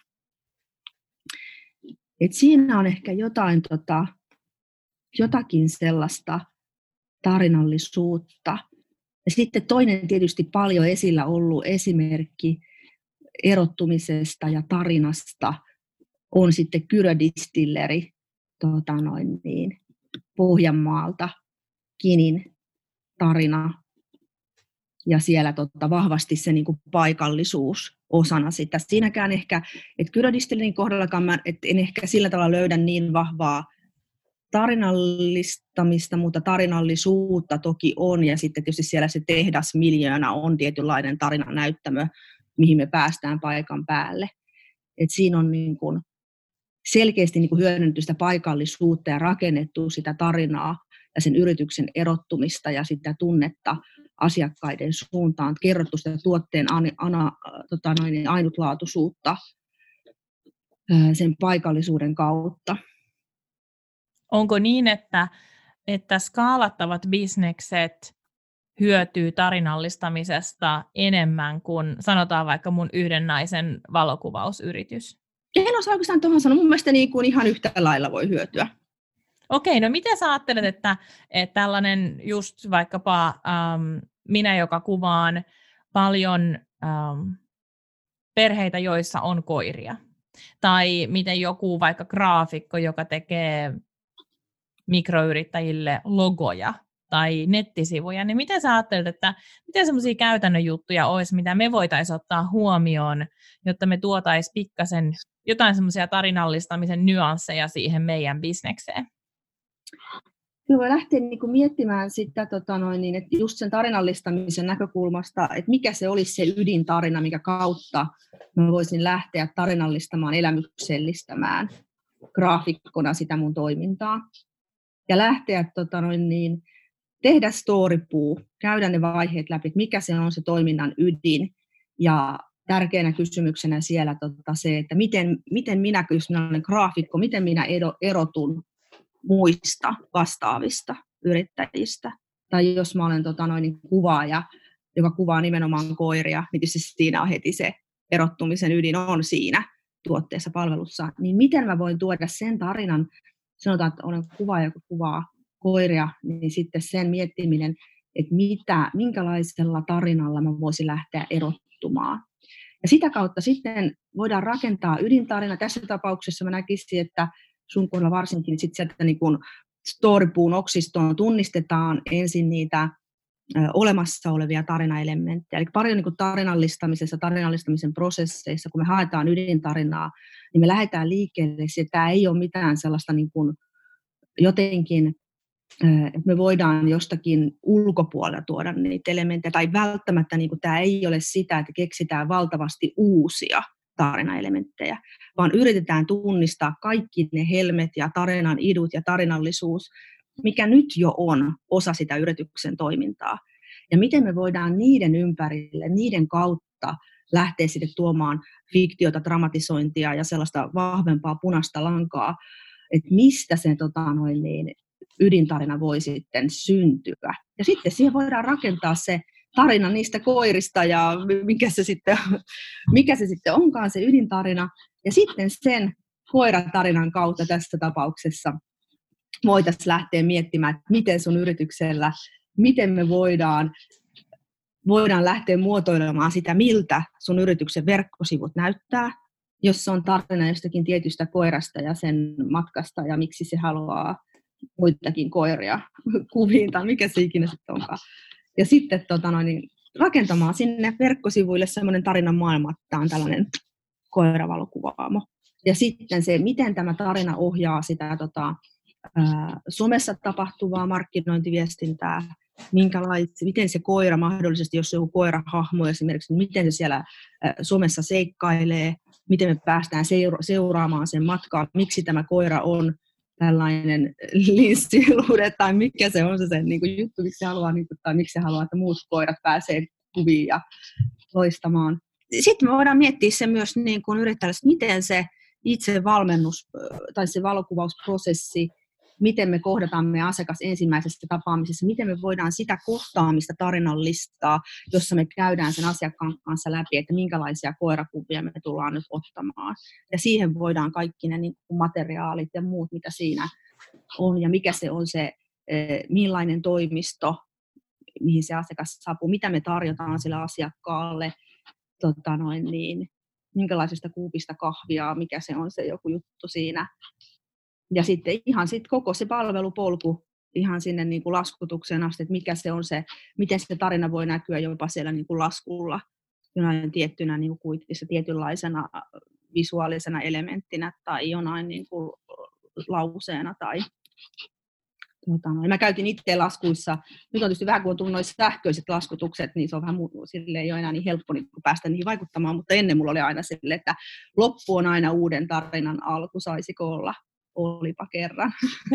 Et siinä on ehkä jotain, tota, jotakin sellaista tarinallisuutta. Ja sitten toinen tietysti paljon esillä ollut esimerkki erottumisesta ja tarinasta on sitten Kyrö Distilleri tota noin niin, Pohjanmaalta, Kinin tarina. Ja siellä tota, vahvasti se niin kuin paikallisuus osana sitä. Siinäkään ehkä, että Kyrö Distillerin kohdallakaan mä et en ehkä sillä tavalla löydä niin vahvaa tarinallistamista, mutta tarinallisuutta toki on. Ja sitten tietysti siellä se tehdasmiljöönä on tietynlainen tarinanäyttämö, mihin me päästään paikan päälle. Et siinä on niin kuin selkeästi niin kuin hyödynnetty sitä paikallisuutta ja rakennettu sitä tarinaa ja sen yrityksen erottumista ja sitä tunnetta asiakkaiden suuntaan, kerrottu sitä tuotteen ana, ana, tota noin, ainutlaatuisuutta sen paikallisuuden kautta. Onko niin, että, että skaalattavat bisnekset hyötyy tarinallistamisesta enemmän kuin sanotaan vaikka mun yhden naisen valokuvausyritys? En osaa oikeastaan tuohon sanoa. Mun mielestä niin kuin ihan yhtä lailla voi hyötyä. Okei, no miten sä ajattelet, että, että tällainen just vaikkapa ähm, minä, joka kuvaan paljon ähm, perheitä, joissa on koiria, tai miten joku vaikka graafikko, joka tekee mikroyrittäjille logoja tai nettisivuja, niin miten sä ajattelet, että miten semmoisia käytännön juttuja olisi, mitä me voitaisiin ottaa huomioon, jotta me tuotaisiin pikkasen jotain semmoisia tarinallistamisen nyansseja siihen meidän bisnekseen? Kyllä voi lähteä niin kuin miettimään sitä, tota noin, niin, että just sen tarinallistamisen näkökulmasta, että mikä se olisi se ydintarina, mikä kautta mä voisin lähteä tarinallistamaan, elämyksellistämään graafikkona sitä mun toimintaa. Ja lähteä tota noin, niin, tehdä storypuu, käydä ne vaiheet läpi, että mikä se on se toiminnan ydin. Ja tärkeänä kysymyksenä siellä tota, se, että miten, miten minä, jos minä olen graafikko, miten minä erotun muista vastaavista yrittäjistä. Tai jos mä olen tota, noin, kuvaaja, joka kuvaa nimenomaan koiria, niin tietysti siinä on heti se erottumisen ydin on siinä tuotteessa, palvelussa. Niin miten mä voin tuoda sen tarinan, sanotaan, että olen kuvaaja, joka kuvaa koiria, niin sitten sen miettiminen, että mitä, minkälaisella tarinalla mä voisin lähteä erottumaan. Ja sitä kautta sitten voidaan rakentaa ydintarina. Tässä tapauksessa mä näkisin, että sun kohdalla varsinkin sit sieltä niin kun storypuun oksistoon tunnistetaan ensin niitä ö, olemassa olevia tarinaelementtejä. Eli paljon niin kun tarinallistamisessa, tarinallistamisen prosesseissa, kun me haetaan ydintarinaa, niin me lähdetään liikkeelle, että tämä ei ole mitään sellaista niin kun jotenkin, että me voidaan jostakin ulkopuolella tuoda niitä elementtejä, tai välttämättä niin kun tämä ei ole sitä, että keksitään valtavasti uusia tarinaelementtejä, vaan yritetään tunnistaa kaikki ne helmet ja tarinan idut ja tarinallisuus, mikä nyt jo on osa sitä yrityksen toimintaa. Ja miten me voidaan niiden ympärille, niiden kautta lähteä sitten tuomaan fiktiota, dramatisointia ja sellaista vahvempaa punaista lankaa, että mistä se tota, noin niin, ydintarina voi sitten syntyä. Ja sitten siihen voidaan rakentaa se tarina niistä koirista ja mikä se sitten, mikä se sitten onkaan se ydintarina. Ja sitten sen koiratarinan kautta tässä tapauksessa voitaisiin lähteä miettimään, että miten sun yrityksellä, miten me voidaan, voidaan lähteä muotoilemaan sitä, miltä sun yrityksen verkkosivut näyttää, jos se on tarina jostakin tietystä koirasta ja sen matkasta ja miksi se haluaa muitakin koiria kuviin tai mikä se ikinä sitten onkaan. Ja sitten tota noin, niin rakentamaan sinne verkkosivuille semmoinen tarinan maailma, että tämä on tällainen koiravalokuvaamo. Ja sitten se, miten tämä tarina ohjaa sitä tota, ää, somessa tapahtuvaa markkinointiviestintää, miten se koira mahdollisesti, jos se on koirahahmo esimerkiksi, niin miten se siellä ää, somessa seikkailee, miten me päästään seura- seuraamaan sen matkaa, miksi tämä koira on tällainen linssiluude, tai mikä se on se sen niin kuin juttu, miksi se haluaa, niin kuin, tai miksi se haluaa, että muut koirat pääsee kuviin ja loistamaan. Sitten me voidaan miettiä se myös niin kuin yrittäjälle, miten se itse valmennus tai se valokuvausprosessi, miten me kohdataan meidän asiakas ensimmäisessä tapaamisessa, miten me voidaan sitä kohtaamista tarinallistaa, jossa me käydään sen asiakkaan kanssa läpi, että minkälaisia koirakuvia me tullaan nyt ottamaan. Ja siihen voidaan kaikki ne niin kuin materiaalit ja muut, mitä siinä on, ja mikä se on se, millainen toimisto, mihin se asiakas saapuu, mitä me tarjotaan sille asiakkaalle, tota noin niin, minkälaisesta kuupista kahvia, mikä se on se joku juttu siinä. Ja sitten ihan sit koko se palvelupolku ihan sinne niin kuin laskutukseen asti, että mikä se on se, miten se tarina voi näkyä jopa siellä niin kuin laskulla jonain tiettynä niin kuin kuitissa, tietynlaisena visuaalisena elementtinä tai jonain niin kuin lauseena. Tai, tuota, no. Mä käytin itse laskuissa, nyt on tietysti vähän kun on tullut noissa sähköiset laskutukset, niin se on vähän sille ei ole enää niin helppo niin päästä niihin vaikuttamaan, mutta ennen mulla oli aina silleen, että loppu on aina uuden tarinan alku, saisiko olla. Olipa kerran.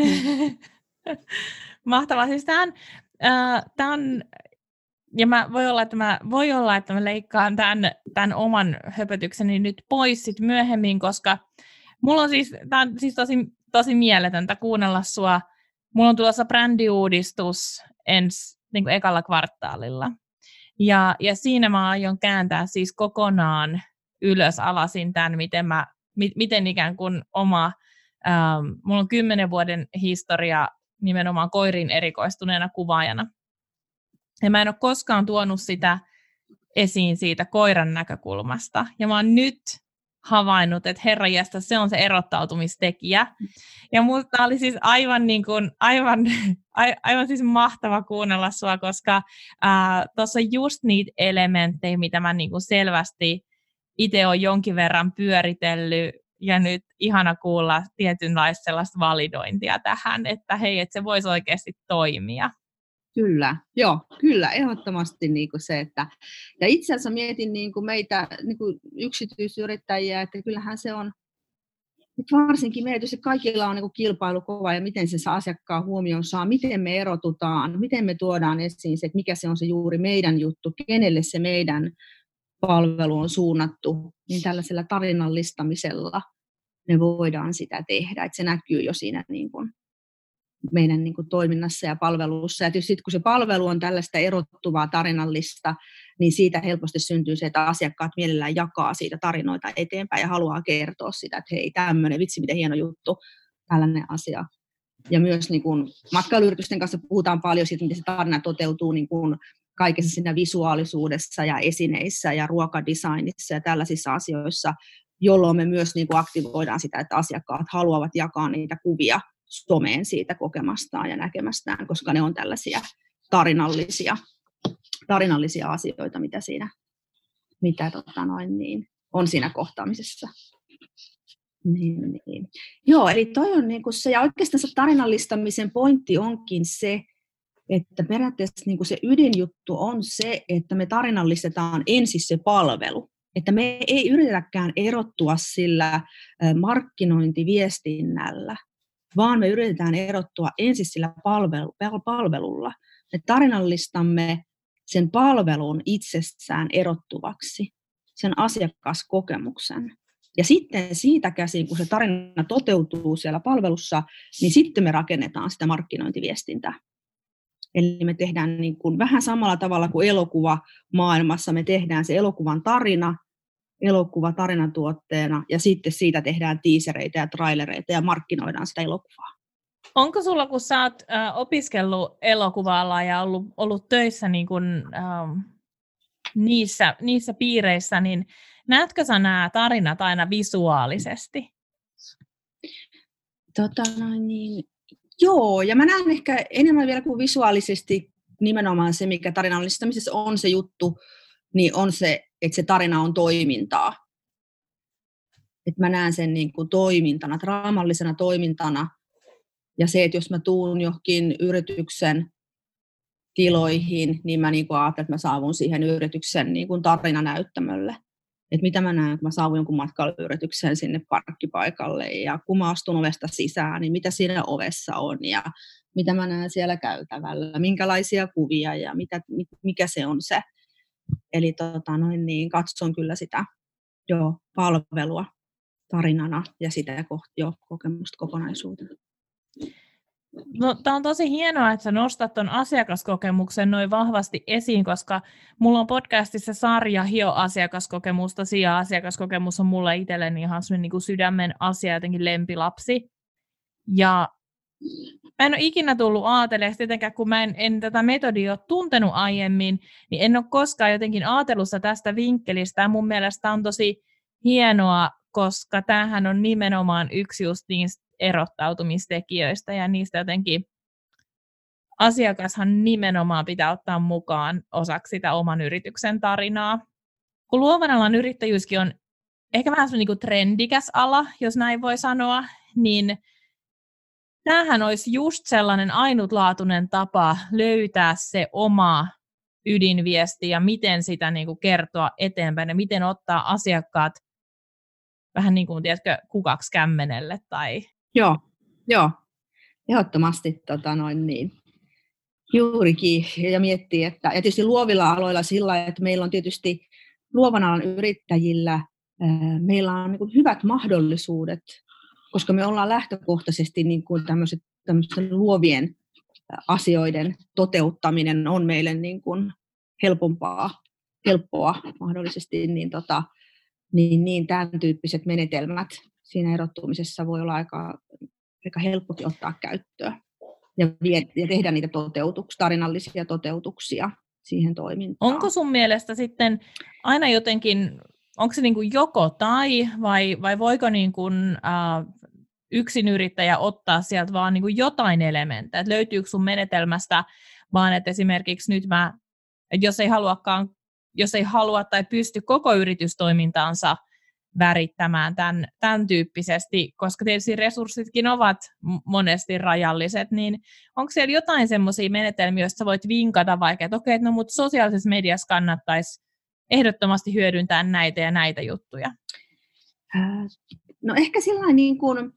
Mahtavaa. Siis tämän, äh, tämän, ja mä voi olla, että mä, voi olla, että mä leikkaan tämän, tämän oman höpötykseni nyt pois sit myöhemmin, koska mulla on siis, tämä on siis tosi, tosi mieletöntä kuunnella sua. Mulla on tulossa brändiuudistus ensi niin kuin ekalla kvartaalilla. Ja, ja siinä mä aion kääntää siis kokonaan ylös alasin tämän, miten, mä, mi, miten ikään kuin oma Ähm, mulla on kymmenen vuoden historia nimenomaan koiriin erikoistuneena kuvaajana. Ja mä en ole koskaan tuonut sitä esiin siitä koiran näkökulmasta. Ja mä oon nyt havainnut, että herranjestas, se on se erottautumistekijä. Ja musta oli siis aivan, niin kuin, aivan, aivan siis mahtava kuunnella sua, koska äh, tuossa on just niitä elementtejä, mitä mä niin kuin selvästi itse olen jonkin verran pyöritellyt. Ja nyt ihana kuulla tietynlaista sellaista validointia tähän, että hei, että se voisi oikeasti toimia. Kyllä, joo, kyllä, ehdottomasti niin kuin se, että, ja itse asiassa mietin niin kuin meitä niin kuin yksityisyrittäjiä, että kyllähän se on, että varsinkin meidän tietysti kaikilla on niin kuin kilpailu kova, ja miten se asiakkaan huomioon saa, miten me erotutaan, miten me tuodaan esiin se, että mikä se on se juuri meidän juttu, kenelle se meidän palvelu on suunnattu, niin tällaisella tarinallistamisella me voidaan sitä tehdä, että se näkyy jo siinä niin kuin meidän niin kuin toiminnassa ja palvelussa. Ja tietysti kun se palvelu on tällaista erottuvaa tarinallista, niin siitä helposti syntyy se, että asiakkaat mielellään jakaa siitä tarinoita eteenpäin ja haluaa kertoa sitä, että hei, tämmöinen, vitsi, miten hieno juttu, tällainen asia. Ja myös niin kuin matkailuyritysten kanssa puhutaan paljon siitä, miten se tarina toteutuu niin kuin kaikessa siinä visuaalisuudessa ja esineissä ja ruokadesignissa ja tällaisissa asioissa, jolloin me myös niin kuin aktivoidaan sitä, että asiakkaat haluavat jakaa niitä kuvia someen siitä kokemastaan ja näkemästään, koska ne on tällaisia tarinallisia, tarinallisia asioita, mitä siinä mitä, tota noin, niin, on siinä kohtaamisessa. Niin, niin. Joo, eli toi on niin kuin se, ja oikeastaan se tarinallistamisen pointti onkin se, että periaatteessa niin kuin se ydinjuttu on se, että me tarinallistetaan ensin se palvelu. Että me ei yritetäkään erottua sillä markkinointiviestinnällä, vaan me yritetään erottua ensin sillä palvelu, palvelulla. Me tarinallistamme sen palvelun itsessään erottuvaksi, sen asiakaskokemuksen. Ja sitten siitä käsin, kun se tarina toteutuu siellä palvelussa, niin sitten me rakennetaan sitä markkinointiviestintää. Eli me tehdään niin kuin vähän samalla tavalla kuin elokuva maailmassa, me tehdään se elokuvan tarina, elokuva tarinatuotteena, ja sitten siitä tehdään tiisereitä ja trailereita ja markkinoidaan sitä elokuvaa. Onko sulla, kun sä oot äh, opiskellut elokuva-alaa ja ollut, ollut töissä niin kun, ähm, niissä, niissä piireissä, niin näetkö sä nämä tarinat aina visuaalisesti? Tota noin, niin, joo, ja mä näen ehkä enemmän vielä kuin visuaalisesti nimenomaan se, mikä tarinallistamisessa on se juttu, niin on se, että se tarina on toimintaa. Että mä näen sen niin kuin toimintana, draamallisena toimintana. Ja se, että jos mä tuun johonkin yrityksen tiloihin, niin mä niin kuin ajattelen, että mä saavun siihen yrityksen niin kuin tarinanäyttämölle. Että mitä mä näen, kun mä saavun jonkun matkailuyrityksen sinne parkkipaikalle ja kun mä astun ovesta sisään, niin mitä siinä ovessa on ja mitä mä näen siellä käytävällä, minkälaisia kuvia ja mitä, mikä se on se. Eli tota, noin niin, katson kyllä sitä jo palvelua tarinana ja sitä jo kokemusta kokonaisuutena. No, tämä on tosi hienoa, että sä nostat ton asiakaskokemuksen noin vahvasti esiin, koska mulla on podcastissa sarja Hio asiakaskokemusta. Sija asiakaskokemus on mulle itselleni ihan niin kuin sydämen asia, jotenkin lempilapsi. Ja mä en ole ikinä tullut ajatelleeksi, tietenkään kun mä en, en tätä metodia ole tuntenut aiemmin, niin en ole koskaan jotenkin ajatellussa tästä vinkkelistä. Mun mielestä on tosi hienoa, koska tämähän on nimenomaan yksi just niistä erottautumistekijöistä ja niistä jotenkin asiakashan nimenomaan pitää ottaa mukaan osaksi sitä oman yrityksen tarinaa. Kun luovan alan yrittäjyyskin on ehkä vähän niin kuin trendikäs ala, jos näin voi sanoa, niin tämähän olisi just sellainen ainutlaatuinen tapa löytää se oma ydinviesti ja miten sitä niin kuin kertoa eteenpäin ja miten ottaa asiakkaat vähän niin kuin, tiedätkö, kukaksi kämmenelle tai... Joo, joo. Ehdottomasti tota noin niin. Juurikin. Ja miettii, että ja tietysti luovilla aloilla sillä, että meillä on tietysti luovan alan yrittäjillä, ää, meillä on niin kuin hyvät mahdollisuudet, koska me ollaan lähtökohtaisesti niin kuin tämmöiset, tämmöisten luovien asioiden toteuttaminen on meille niin kuin helpompaa, helppoa mahdollisesti, niin, tota, niin, niin tämän tyyppiset menetelmät siinä erottumisessa voi olla aika, aika helppokin ottaa käyttöön ja, vie, ja tehdä niitä toteutuksia, tarinallisia toteutuksia siihen toimintaan. Onko sun mielestä sitten aina jotenkin, onko se niin kuin joko tai vai, vai voiko niin kuin, äh, yksinyrittäjä ottaa sieltä vaan niin kuin jotain elementtejä? Löytyykö sun menetelmästä vaan, että esimerkiksi nyt mä, että jos ei haluakaan, jos ei halua tai pysty koko yritystoimintaansa värittämään tämän, tämän tyyppisesti, koska tietysti resurssitkin ovat monesti rajalliset, niin onko siellä jotain semmoisia menetelmiä, joista voit vinkata vaikka, että okei, no mutta sosiaalisessa mediassa kannattaisi ehdottomasti hyödyntää näitä ja näitä juttuja? No ehkä sillain niin kuin,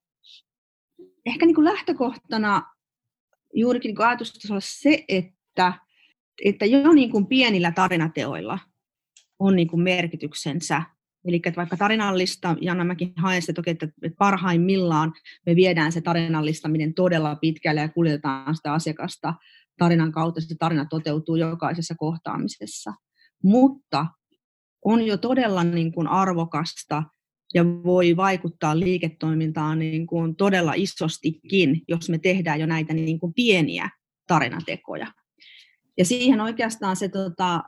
ehkä niin kuin lähtökohtana juurikin niin kuin ajatustasolla se, että, että jo niin kuin pienillä tarinateoilla on niin kuin merkityksensä. Eli vaikka tarinallista, ja mäkin haen sitä toki, että parhaimmillaan me viedään se tarinallistaminen todella pitkälle ja kuljetetaan sitä asiakasta tarinan kautta, se tarina toteutuu jokaisessa kohtaamisessa. Mutta on jo todella niin kuin arvokasta ja voi vaikuttaa liiketoimintaan niin kuin todella isostikin, jos me tehdään jo näitä niin kuin pieniä tarinatekoja. Ja siihen oikeastaan se... Tota,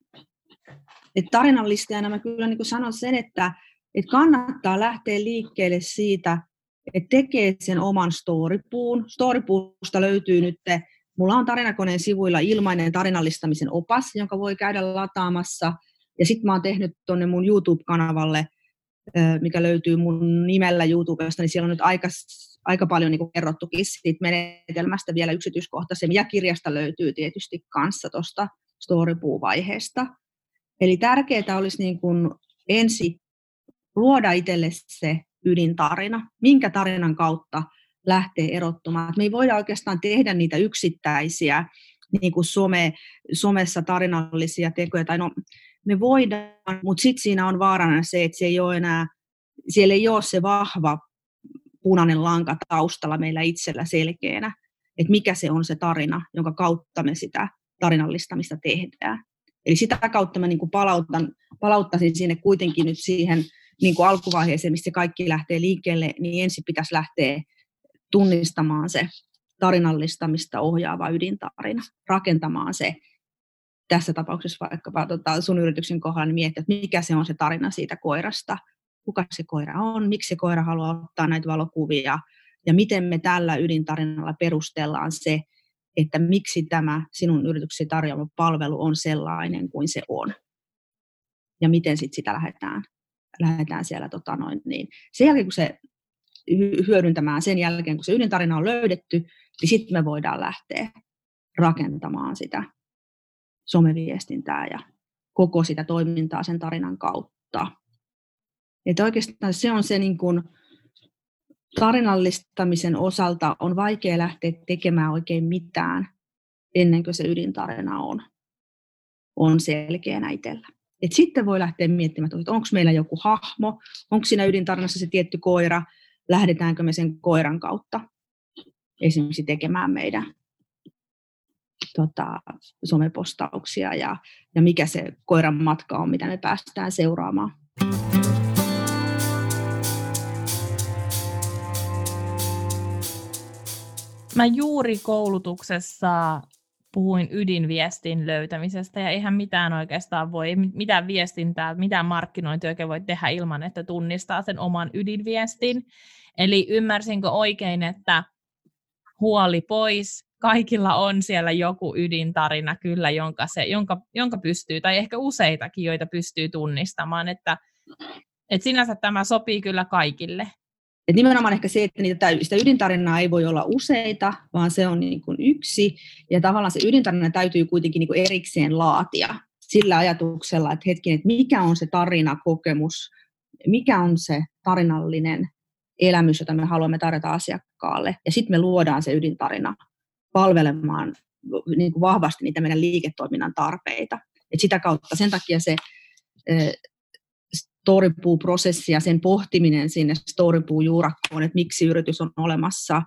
että tarinallistajana mä kyllä niin kuin sanon sen, että, että kannattaa lähteä liikkeelle siitä, että tekee sen oman storypuun. Storypuusta löytyy nyt, mulla on Tarinakoneen sivuilla ilmainen tarinallistamisen opas, jonka voi käydä lataamassa. Ja sitten mä oon tehnyt tuonne mun YouTube-kanavalle, mikä löytyy mun nimellä YouTubesta, niin siellä on nyt aika, aika paljon niin kuin kerrottukin siitä menetelmästä vielä yksityiskohtaisemmin. Ja kirjasta löytyy tietysti kanssa tuosta storypuu-vaiheesta. Eli tärkeää olisi niin kuin ensin luoda itselle se ydintarina, minkä tarinan kautta lähtee erottumaan. Me ei voida oikeastaan tehdä niitä yksittäisiä niin kuin some, somessa tarinallisia tekoja. Tai no, me voidaan, mutta sitten siinä on vaarana se, että se ei ole enää, siellä ei ole se vahva punainen lanka taustalla meillä itsellä selkeänä, että mikä se on se tarina, jonka kautta me sitä tarinallistamista tehdään. Eli sitä kautta mä niin kuin palautan, palauttaisin sinne kuitenkin nyt siihen niin kuin alkuvaiheeseen, missä kaikki lähtee liikkeelle, niin ensin pitäisi lähteä tunnistamaan se tarinallistamista ohjaava ydintarina, rakentamaan se, tässä tapauksessa vaikkapa tota, sun yrityksen kohdalla, niin miettiä, että mikä se on se tarina siitä koirasta, kuka se koira on, miksi se koira haluaa ottaa näitä valokuvia, ja miten me tällä ydintarinalla perustellaan se, että miksi tämä sinun yrityksesi tarjoama palvelu on sellainen kuin se on. Ja miten sit sitä lähdetään, lähdetään siellä tota noin, niin sen jälkeen, kun se hyödyntämään, sen jälkeen, kun se ydintarina on löydetty, niin sitten me voidaan lähteä rakentamaan sitä someviestintää ja koko sitä toimintaa sen tarinan kautta. Että oikeastaan se on se niin kuin tarinallistamisen osalta on vaikea lähteä tekemään oikein mitään ennen kuin se ydintarina on, on selkeänä itsellä. Et sitten voi lähteä miettimään, että onko meillä joku hahmo, onko siinä ydintarinassa se tietty koira, lähdetäänkö me sen koiran kautta esimerkiksi tekemään meidän tota, somepostauksia ja, ja mikä se koiran matka on, mitä me päästään seuraamaan. Mä juuri koulutuksessa puhuin ydinviestin löytämisestä ja eihän mitään oikeastaan voi, mitään viestintää, mitään markkinointia oikein voi tehdä ilman, että tunnistaa sen oman ydinviestin. Eli ymmärsinkö oikein, että huoli pois, kaikilla on siellä joku ydintarina kyllä, jonka, se, jonka, jonka pystyy, tai ehkä useitakin, joita pystyy tunnistamaan, että, että sinänsä tämä sopii kyllä kaikille. Et nimenomaan ehkä se, että niitä, sitä ydintarinaa ei voi olla useita, vaan se on niin kuin yksi. Ja tavallaan se ydintarina täytyy kuitenkin niin kuin erikseen laatia sillä ajatuksella, että hetkinen, että mikä on se tarinakokemus, mikä on se tarinallinen elämys, jota me haluamme tarjota asiakkaalle. Ja sitten me luodaan se ydintarina palvelemaan niin kuin vahvasti niitä meidän liiketoiminnan tarpeita. Et sitä kautta sen takia se Storypoo-prosessi ja sen pohtiminen sinne Storypoo-juurakkoon, että miksi yritys on olemassa,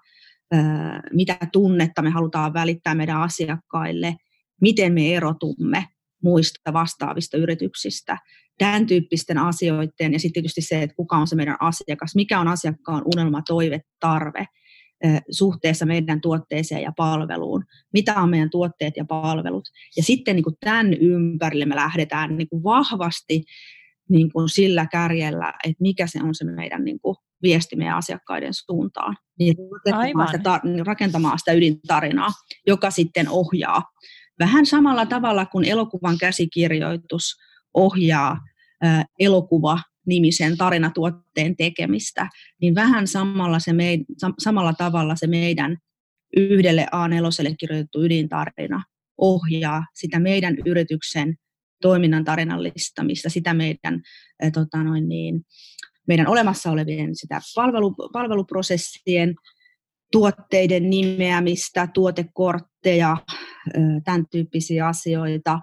mitä tunnetta me halutaan välittää meidän asiakkaille, miten me erotumme muista vastaavista yrityksistä, tämän tyyppisten asioiden ja sitten tietysti se, että kuka on se meidän asiakas, mikä on asiakkaan unelma, toive, tarve suhteessa meidän tuotteeseen ja palveluun, mitä on meidän tuotteet ja palvelut. Ja sitten niin kuin tämän ympärille me lähdetään niin kuin vahvasti niin kuin sillä kärjellä, että mikä se on se meidän niin kuin viesti meidän asiakkaiden suuntaan. Niin rakentamaan sitä, rakentamaan sitä ydintarinaa, joka sitten ohjaa. Vähän samalla tavalla kuin elokuvan käsikirjoitus ohjaa ää, elokuva-nimisen tarinatuotteen tekemistä, niin vähän samalla, se meid, samalla tavalla se meidän yhdelle A neljä kirjoitettu ydintarina ohjaa sitä meidän yrityksen toiminnan tarinallistamista, sitä meidän, äh, tota noin niin, meidän olemassa olevien sitä palvelu, palveluprosessien, tuotteiden nimeämistä, tuotekortteja, äh, tämän tyyppisiä asioita,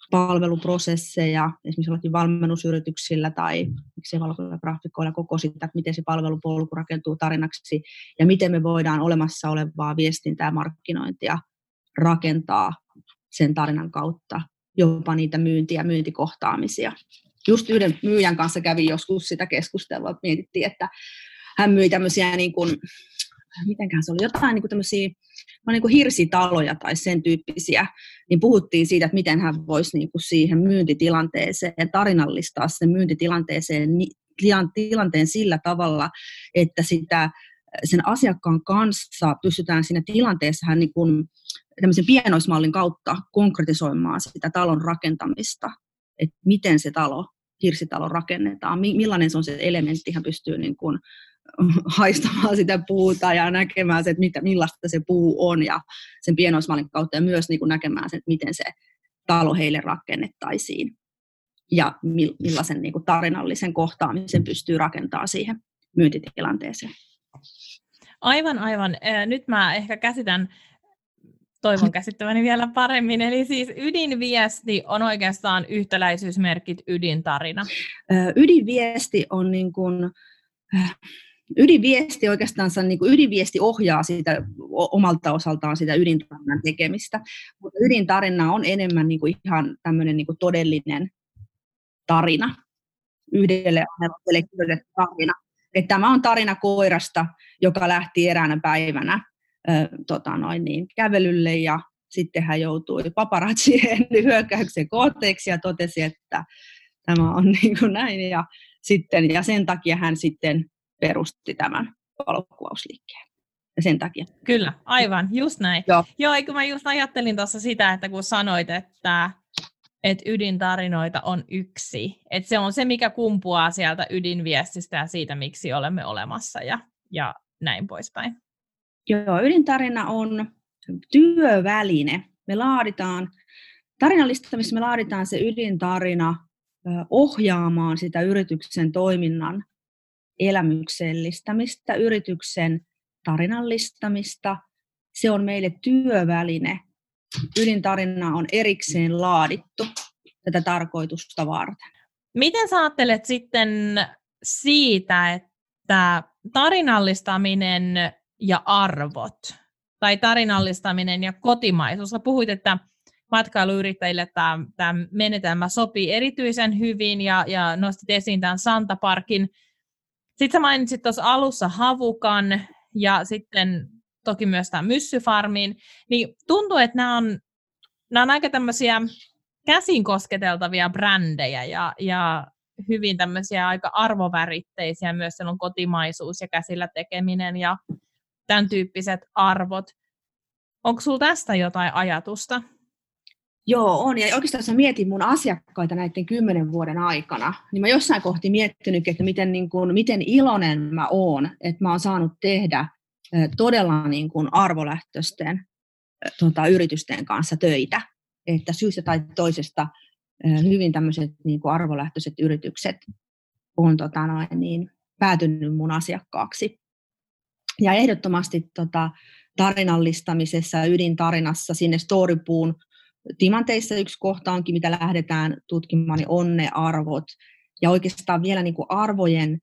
palveluprosesseja, esimerkiksi jollakin valmennusyrityksillä tai miksei valkograafikoilla koko sitä, että miten se palvelupolku rakentuu tarinaksi ja miten me voidaan olemassa olevaa viestintää ja markkinointia rakentaa sen tarinan kautta. Jopa niitä myyntiä, myyntikohtaamisia. Just yhden myyjän kanssa kävin joskus sitä keskustelua, että mietittiin, että hän myi tämmöisiä, niin kuin, mitenkään se oli, jotain niin kuin tämmöisiä niin kuin hirsitaloja tai sen tyyppisiä, niin puhuttiin siitä, että miten hän voisi niin kuin siihen myyntitilanteeseen, tarinallistaa sen myyntitilanteeseen, tilanteen sillä tavalla, että sitä, sen asiakkaan kanssa pystytään siinä tilanteessa hän niin kuin tämmöisen pienoismallin kautta konkretisoimaan sitä talon rakentamista, että miten se talo, hirsitalo rakennetaan, millainen se on se elementti, hän pystyy niin kuin haistamaan sitä puuta ja näkemään se, että mitä, millaista se puu on ja sen pienoismallin kautta ja myös niin kuin näkemään se, että miten se talo heille rakennettaisiin ja millaisen niin kuin tarinallisen kohtaamisen pystyy rakentamaan siihen myyntitilanteeseen. Aivan, aivan. Nyt mä ehkä käsitän toivon käsittäväni vielä paremmin. Eli siis ydinviesti on oikeastaan yhtäläisyysmerkit ydintarina. Ydinviesti on niin kuin, ydinviesti oikeastaan niin kuin ydinviesti ohjaa sitä omalta osaltaan sitä ydintarinan tekemistä, mutta ydintarina on enemmän niin kuin ihan tämmöinen niin kuin todellinen tarina, yhdelle aiheelle kirjoitettu tarina. Että tämä on tarina koirasta, joka lähti eräänä päivänä Tota noin niin, kävelylle ja sitten hän joutui paparazzien hyökkäyksen kohteeksi ja totesi, että tämä on niin kuin näin ja, sitten, ja sen takia hän sitten perusti tämän valokuvausliikkeen. sen takia. Kyllä, aivan, just näin. Joo, Joo, eikö mä just ajattelin tuossa sitä, että kun sanoit, että, että ydintarinoita on yksi, että se on se, mikä kumpuaa sieltä ydinviestistä ja siitä, miksi olemme olemassa ja, ja näin poispäin. Joo, ydintarina on työväline. Me laaditaan, tarinallistamissa me laaditaan se ydintarina ohjaamaan sitä yrityksen toiminnan elämyksellistämistä, yrityksen tarinallistamista. Se on meille työväline. Ydintarina on erikseen laadittu tätä tarkoitusta varten. Miten sä ajattelet sitten siitä, että tarinallistaminen ja arvot, tai tarinallistaminen ja kotimaisuus, sä puhuit, että matkailuyrittäjille tämä, tämä menetelmä sopii erityisen hyvin ja, ja nostit esiin tämän Santaparkin. Sitten sä mainitsit tuossa alussa Havukan ja sitten toki myös tämän Myssyfarmin. Niin tuntuu, että nämä on, nämä on aika tämmöisiä käsin kosketeltavia brändejä ja, ja hyvin tämmöisiä aika arvoväritteisiä. Myös siellä on kotimaisuus ja käsillä tekeminen ja tämän tyyppiset arvot. Onko sulla tästä jotain ajatusta? Joo, on. Ja oikeastaan jos mietin mun asiakkaita näiden kymmenen vuoden aikana, niin mä jossain kohti miettinyt, että miten, niin kuin, miten iloinen mä oon, että mä oon saanut tehdä todella niin kuin arvolähtöisten tota, yritysten kanssa töitä. Että syystä tai toisesta hyvin tämmöiset niin kuin arvolähtöiset yritykset on tota, noin, niin, päätynyt mun asiakkaaksi. Ja ehdottomasti tota, tarinallistamisessa ja ydintarinassa sinne Storypuun timanteissa yksi kohta onkin, mitä lähdetään tutkimaan, niin on ne arvot. Ja oikeastaan vielä niin kuin arvojen,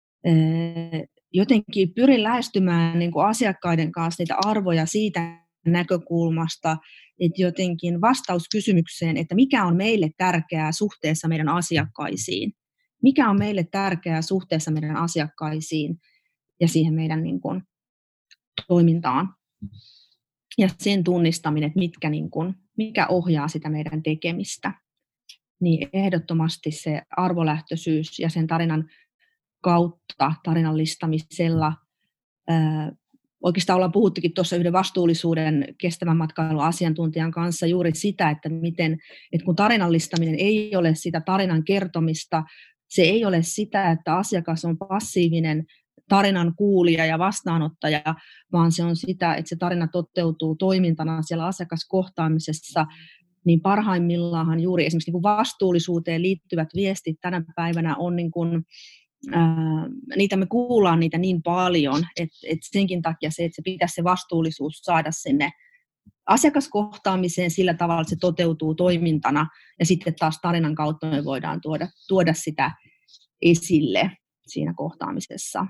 jotenkin pyrin lähestymään niin kuin asiakkaiden kanssa niitä arvoja siitä näkökulmasta, että jotenkin vastaus kysymykseen, että mikä on meille tärkeää suhteessa meidän asiakkaisiin. Mikä on meille tärkeää suhteessa meidän asiakkaisiin ja siihen meidän niin kuin toimintaan. Ja sen tunnistaminen, että mitkä, niin kuin, mikä ohjaa sitä meidän tekemistä. Niin ehdottomasti se arvolähtöisyys ja sen tarinan kautta, tarinallistamisella, ää, oikeastaan ollaan puhuttukin tuossa yhden vastuullisuuden kestävän matkailun asiantuntijan kanssa juuri sitä, että miten, että kun tarinallistaminen ei ole sitä tarinan kertomista, se ei ole sitä, että asiakas on passiivinen tarinan kuulija ja vastaanottaja, vaan se on sitä, että se tarina toteutuu toimintana siellä asiakaskohtaamisessa, niin parhaimmillaan juuri esimerkiksi niin kuin vastuullisuuteen liittyvät viestit tänä päivänä on niin kuin, ää, niitä me kuullaan niitä niin paljon, että, että senkin takia se, että se pitäisi se vastuullisuus saada sinne asiakaskohtaamiseen sillä tavalla, että se toteutuu toimintana ja sitten taas tarinan kautta me voidaan tuoda, tuoda sitä esille siinä kohtaamisessa.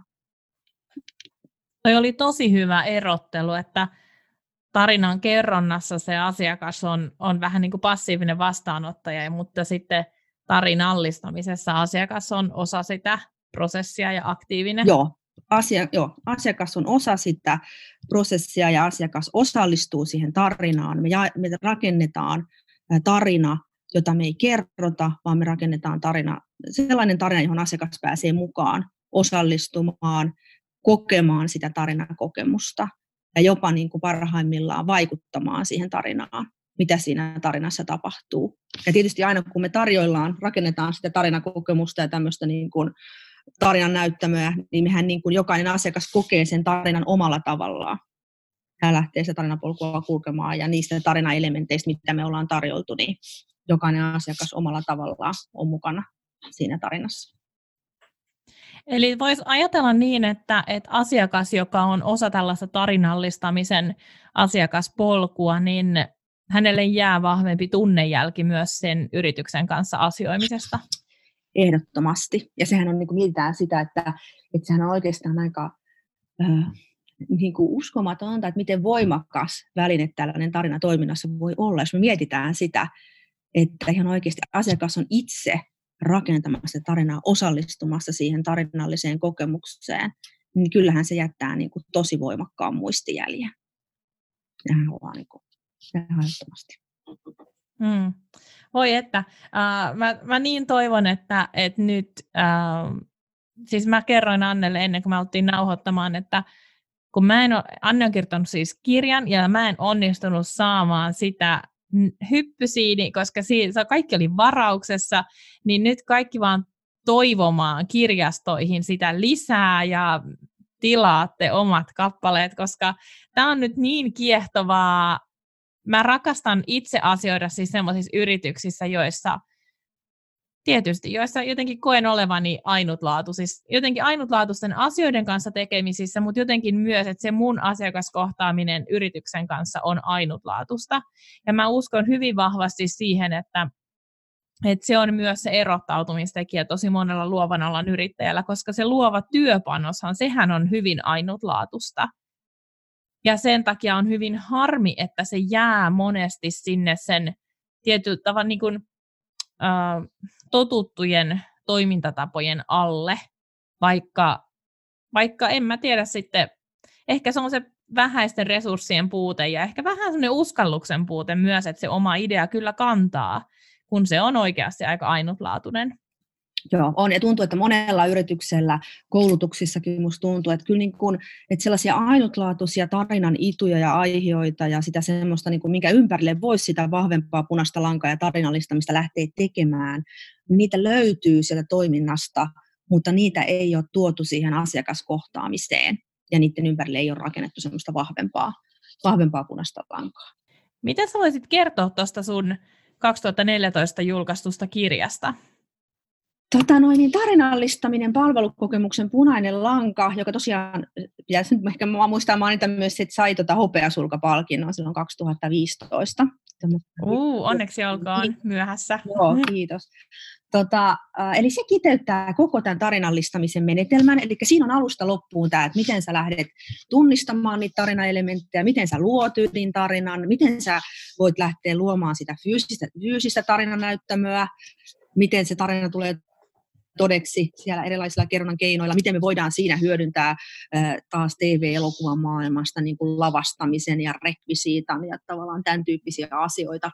Toi oli tosi hyvä erottelu, että tarinan kerronnassa se asiakas on, on vähän niin kuin passiivinen vastaanottaja, mutta sitten tarinallistamisessa asiakas on osa sitä prosessia ja aktiivinen. Joo, asia, joo, asiakas on osa sitä prosessia ja asiakas osallistuu siihen tarinaan. Me, ja, me rakennetaan tarina, jota me ei kerrota, vaan me rakennetaan tarina, sellainen tarina, johon asiakas pääsee mukaan, osallistumaan, kokemaan sitä tarinakokemusta ja jopa niin kuin parhaimmillaan vaikuttamaan siihen tarinaan, mitä siinä tarinassa tapahtuu. Ja tietysti aina kun me tarjoillaan, rakennetaan sitä tarinakokemusta ja tämmöistä niin kuin tarinan näyttämöä, niin mehän niin kuin jokainen asiakas kokee sen tarinan omalla tavallaan. Hän lähtee sitä tarinapolkua kulkemaan ja niistä tarinaelementeistä, mitä me ollaan tarjoltu, niin jokainen asiakas omalla tavallaan on mukana siinä tarinassa. Eli voisi ajatella niin, että, että asiakas, joka on osa tällaista tarinallistamisen asiakaspolkua, niin hänelle jää vahvempi tunnejälki myös sen yrityksen kanssa asioimisesta. Ehdottomasti. Ja sehän on, niin kuin mietitään sitä, että, että sehän on oikeastaan aika äh, niin kuin uskomatonta, että miten voimakas väline tällainen tarina toiminnassa voi olla, jos me mietitään sitä, että ihan oikeasti asiakas on itse rakentamassa tarinaa, osallistumassa siihen tarinalliseen kokemukseen, niin kyllähän se jättää niin kuin tosi voimakkaan muistijäljen. Nehän ollaan niin kuin ehdottomasti. Hmm. Voi että, äh, mä, mä niin toivon, että, että nyt, äh, siis mä kerroin Annelle ennen kuin me oltiin nauhoittamaan, että kun mä en ole, Anne on kirjoittanut siis kirjan, ja mä en onnistunut saamaan sitä hyppysiini, koska siitä, kaikki oli varauksessa, niin nyt kaikki vaan toivomaan kirjastoihin sitä lisää, ja tilaatte omat kappaleet, koska tämä on nyt niin kiehtovaa. Mä rakastan itse asioida siis sellaisissa yrityksissä, joissa tietysti, joissa jotenkin koen olevani ainutlaatuisissa, jotenkin ainutlaatuisten asioiden kanssa tekemisissä, mutta jotenkin myös, että se mun asiakaskohtaaminen yrityksen kanssa on ainutlaatuista. Ja mä uskon hyvin vahvasti siihen, että, että se on myös se erottautumistekijä tosi monella luovan alan yrittäjällä, koska se luova työpanoshan, sehän on hyvin ainutlaatuista. Ja sen takia on hyvin harmi, että se jää monesti sinne sen tietyllä tavalla niin kuin Uh, totuttujen toimintatapojen alle, vaikka, vaikka en mä tiedä sitten, ehkä se on se vähäisten resurssien puute ja ehkä vähän sellainen uskalluksen puute myös, että se oma idea kyllä kantaa, kun se on oikeasti aika ainutlaatuinen. Joo, on ja tuntuu, että monella yrityksellä, koulutuksissakin musta tuntuu, että kyllä niin kuin, että sellaisia ainutlaatuisia tarinan ituja ja aihioita ja sitä semmoista, niin kuin, minkä ympärille voisi sitä vahvempaa punaista lankaa ja tarinallistamista lähteä tekemään, niin niitä löytyy sieltä toiminnasta, mutta niitä ei ole tuotu siihen asiakaskohtaamiseen ja niiden ympärille ei ole rakennettu semmoista vahvempaa, vahvempaa punaista lankaa. Mitä sä voisit kertoa tuosta sun kaksituhattaneljätoista julkaistusta kirjasta? Tota noin, niin tarinallistaminen, palvelukokemuksen punainen lanka, joka tosiaan, pitäisi nyt ehkä muistaa mainita myös, että sai tota hopeasulkapalkinnon silloin kaksituhattaviisitoista. Uu, onneksi olkoon myöhässä. Joo, kiitos. Tota, äh, eli se kiteyttää koko tämän tarinallistamisen menetelmän, eli siinä on alusta loppuun tämä, että miten sä lähdet tunnistamaan niitä tarinaelementtejä, miten sä luot ydintarinan, miten sä voit lähteä luomaan sitä fyysistä, fyysistä tarinanäyttämöä, miten se tarina tulee todeksi siellä erilaisilla kerronnan keinoilla, miten me voidaan siinä hyödyntää äh, taas T V-elokuvan maailmasta niin kuin lavastamisen ja rekvisiitan ja tavallaan tämän tyyppisiä asioita.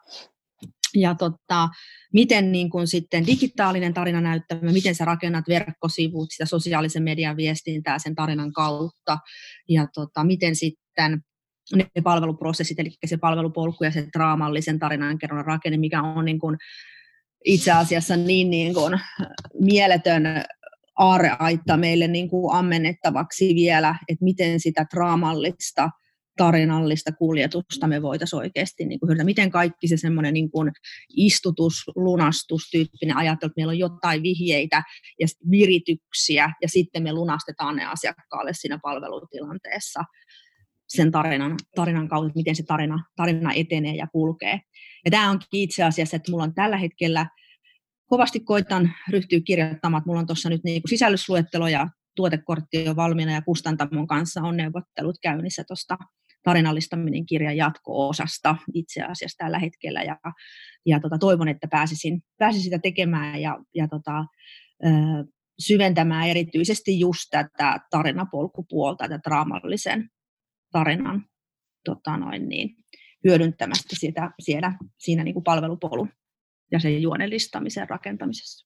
Ja tota, miten niin kuin sitten digitaalinen tarinanäyttämö, miten sä rakennat verkkosivut, sitä sosiaalisen median viestintää sen tarinan kautta, ja tota, miten sitten ne palveluprosessit, eli se palvelupolku ja se draamallisen tarinankerronnan rakenne, mikä on niin kuin itse asiassa niin, niin kuin mieletön aarreaitta meille niin kuin ammennettavaksi vielä, että miten sitä draamallista, tarinallista kuljetusta me voitaisiin oikeasti niin kuin hyödyntää. Miten kaikki se semmoinen niin kuin istutus, lunastustyyppinen ajattelu, että meillä on jotain vihjeitä ja virityksiä, ja sitten me lunastetaan ne asiakkaalle siinä palvelutilanteessa sen tarinan, tarinan kautta, että miten se tarina, tarina etenee ja kulkee. Ja tämä onkin itse asiassa, että mulla on tällä hetkellä, kovasti koitan ryhtyä kirjoittamaan, että mulla on tuossa nyt niin kuin sisällysluettelo ja tuotekortti on valmiina ja Kustantamon kanssa on neuvottelut käynnissä tuosta tarinallistaminen kirjan jatko-osasta itse asiassa tällä hetkellä. Ja, ja tota, toivon, että pääsisin, pääsisin sitä tekemään ja, ja tota, ö, syventämään erityisesti just tätä tarinapolkupuolta, tätä draamallisen tarinan tota noin niin, hyödyntämästä sitä, siellä, siinä niin kuin palvelupolun ja sen juonellistamisen rakentamisessa.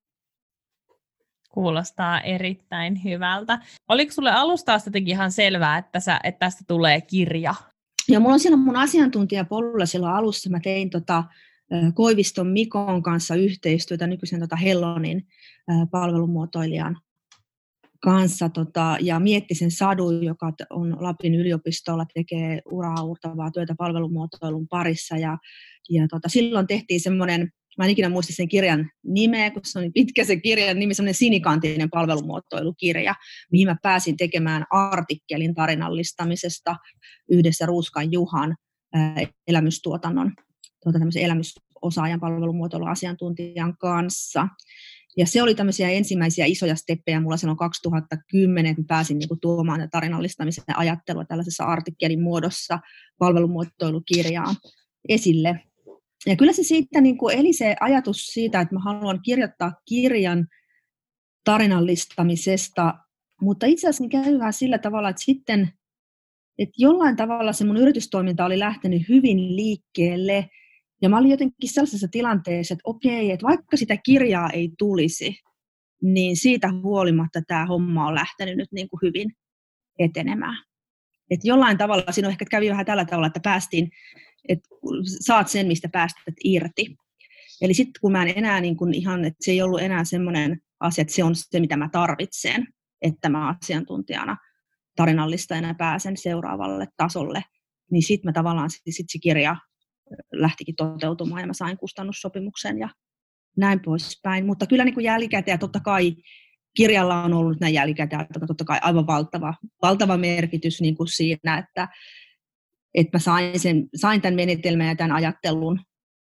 Kuulostaa erittäin hyvältä. Oliko sulle alusta asti ihan selvää, että, sä, että tästä tulee kirja? Ja mulla on silloin mun asiantuntijapolulla silloin alussa, mä tein tota, Koiviston Mikon kanssa yhteistyötä nykyisen tota Hellonin palvelumuotoilijan kanssa tota, ja mietti sen Sadun, joka on Lapin yliopistolla, tekee uraauurtavaa työtä palvelumuotoilun parissa. Ja, ja tota, silloin tehtiin semmoinen, mä en ikinä muista sen kirjan nimeä, kun se on pitkä se kirjan nimi, semmoinen sinikantinen palvelumuotoilukirja, mihin mä pääsin tekemään artikkelin tarinallistamisesta yhdessä Ruuskan Juhan ää, elämystuotannon, tuota, tämmöisen elämysosaajan palvelumuotoiluasiantuntijan kanssa. Ja se oli tämmöisiä ensimmäisiä isoja steppejä mulla silloin kaksituhattakymmenen, että pääsin niinku tuomaan tarinallistamisen ajattelua tällaisessa artikkelin muodossa palvelumuotoilukirjaan esille. Ja kyllä se siitä niinku eli se ajatus siitä, että mä haluan kirjoittaa kirjan tarinallistamisesta, mutta itse asiassa käy vähän sillä tavalla, että sitten että jollain tavalla se mun yritystoiminta oli lähtenyt hyvin liikkeelle. Ja mä olin jotenkin sellaisessa tilanteessa, että okei, että vaikka sitä kirjaa ei tulisi, niin siitä huolimatta tämä homma on lähtenyt nyt niin kuin hyvin etenemään. Et jollain tavalla, siinä ehkä kävi vähän tällä tavalla, että päästiin, että saat sen, mistä päästät irti. Eli sitten kun mä en enää niin kun ihan, että se ei ollut enää semmoinen asia, että se on se, mitä mä tarvitsen, että mä asiantuntijana tarinallistajana pääsen seuraavalle tasolle, niin sitten mä tavallaan, sit se kirja lähtikin toteutumaan ja mä sain kustannussopimuksen ja näin poispäin. Mutta kyllä niin kuin jälkikäteen, totta kai kirjalla on ollut näin jälkikäteen, totta kai aivan valtava, valtava merkitys niin kuin siinä, että, että mä sain, sen, sain tämän menetelmän ja tämän ajattelun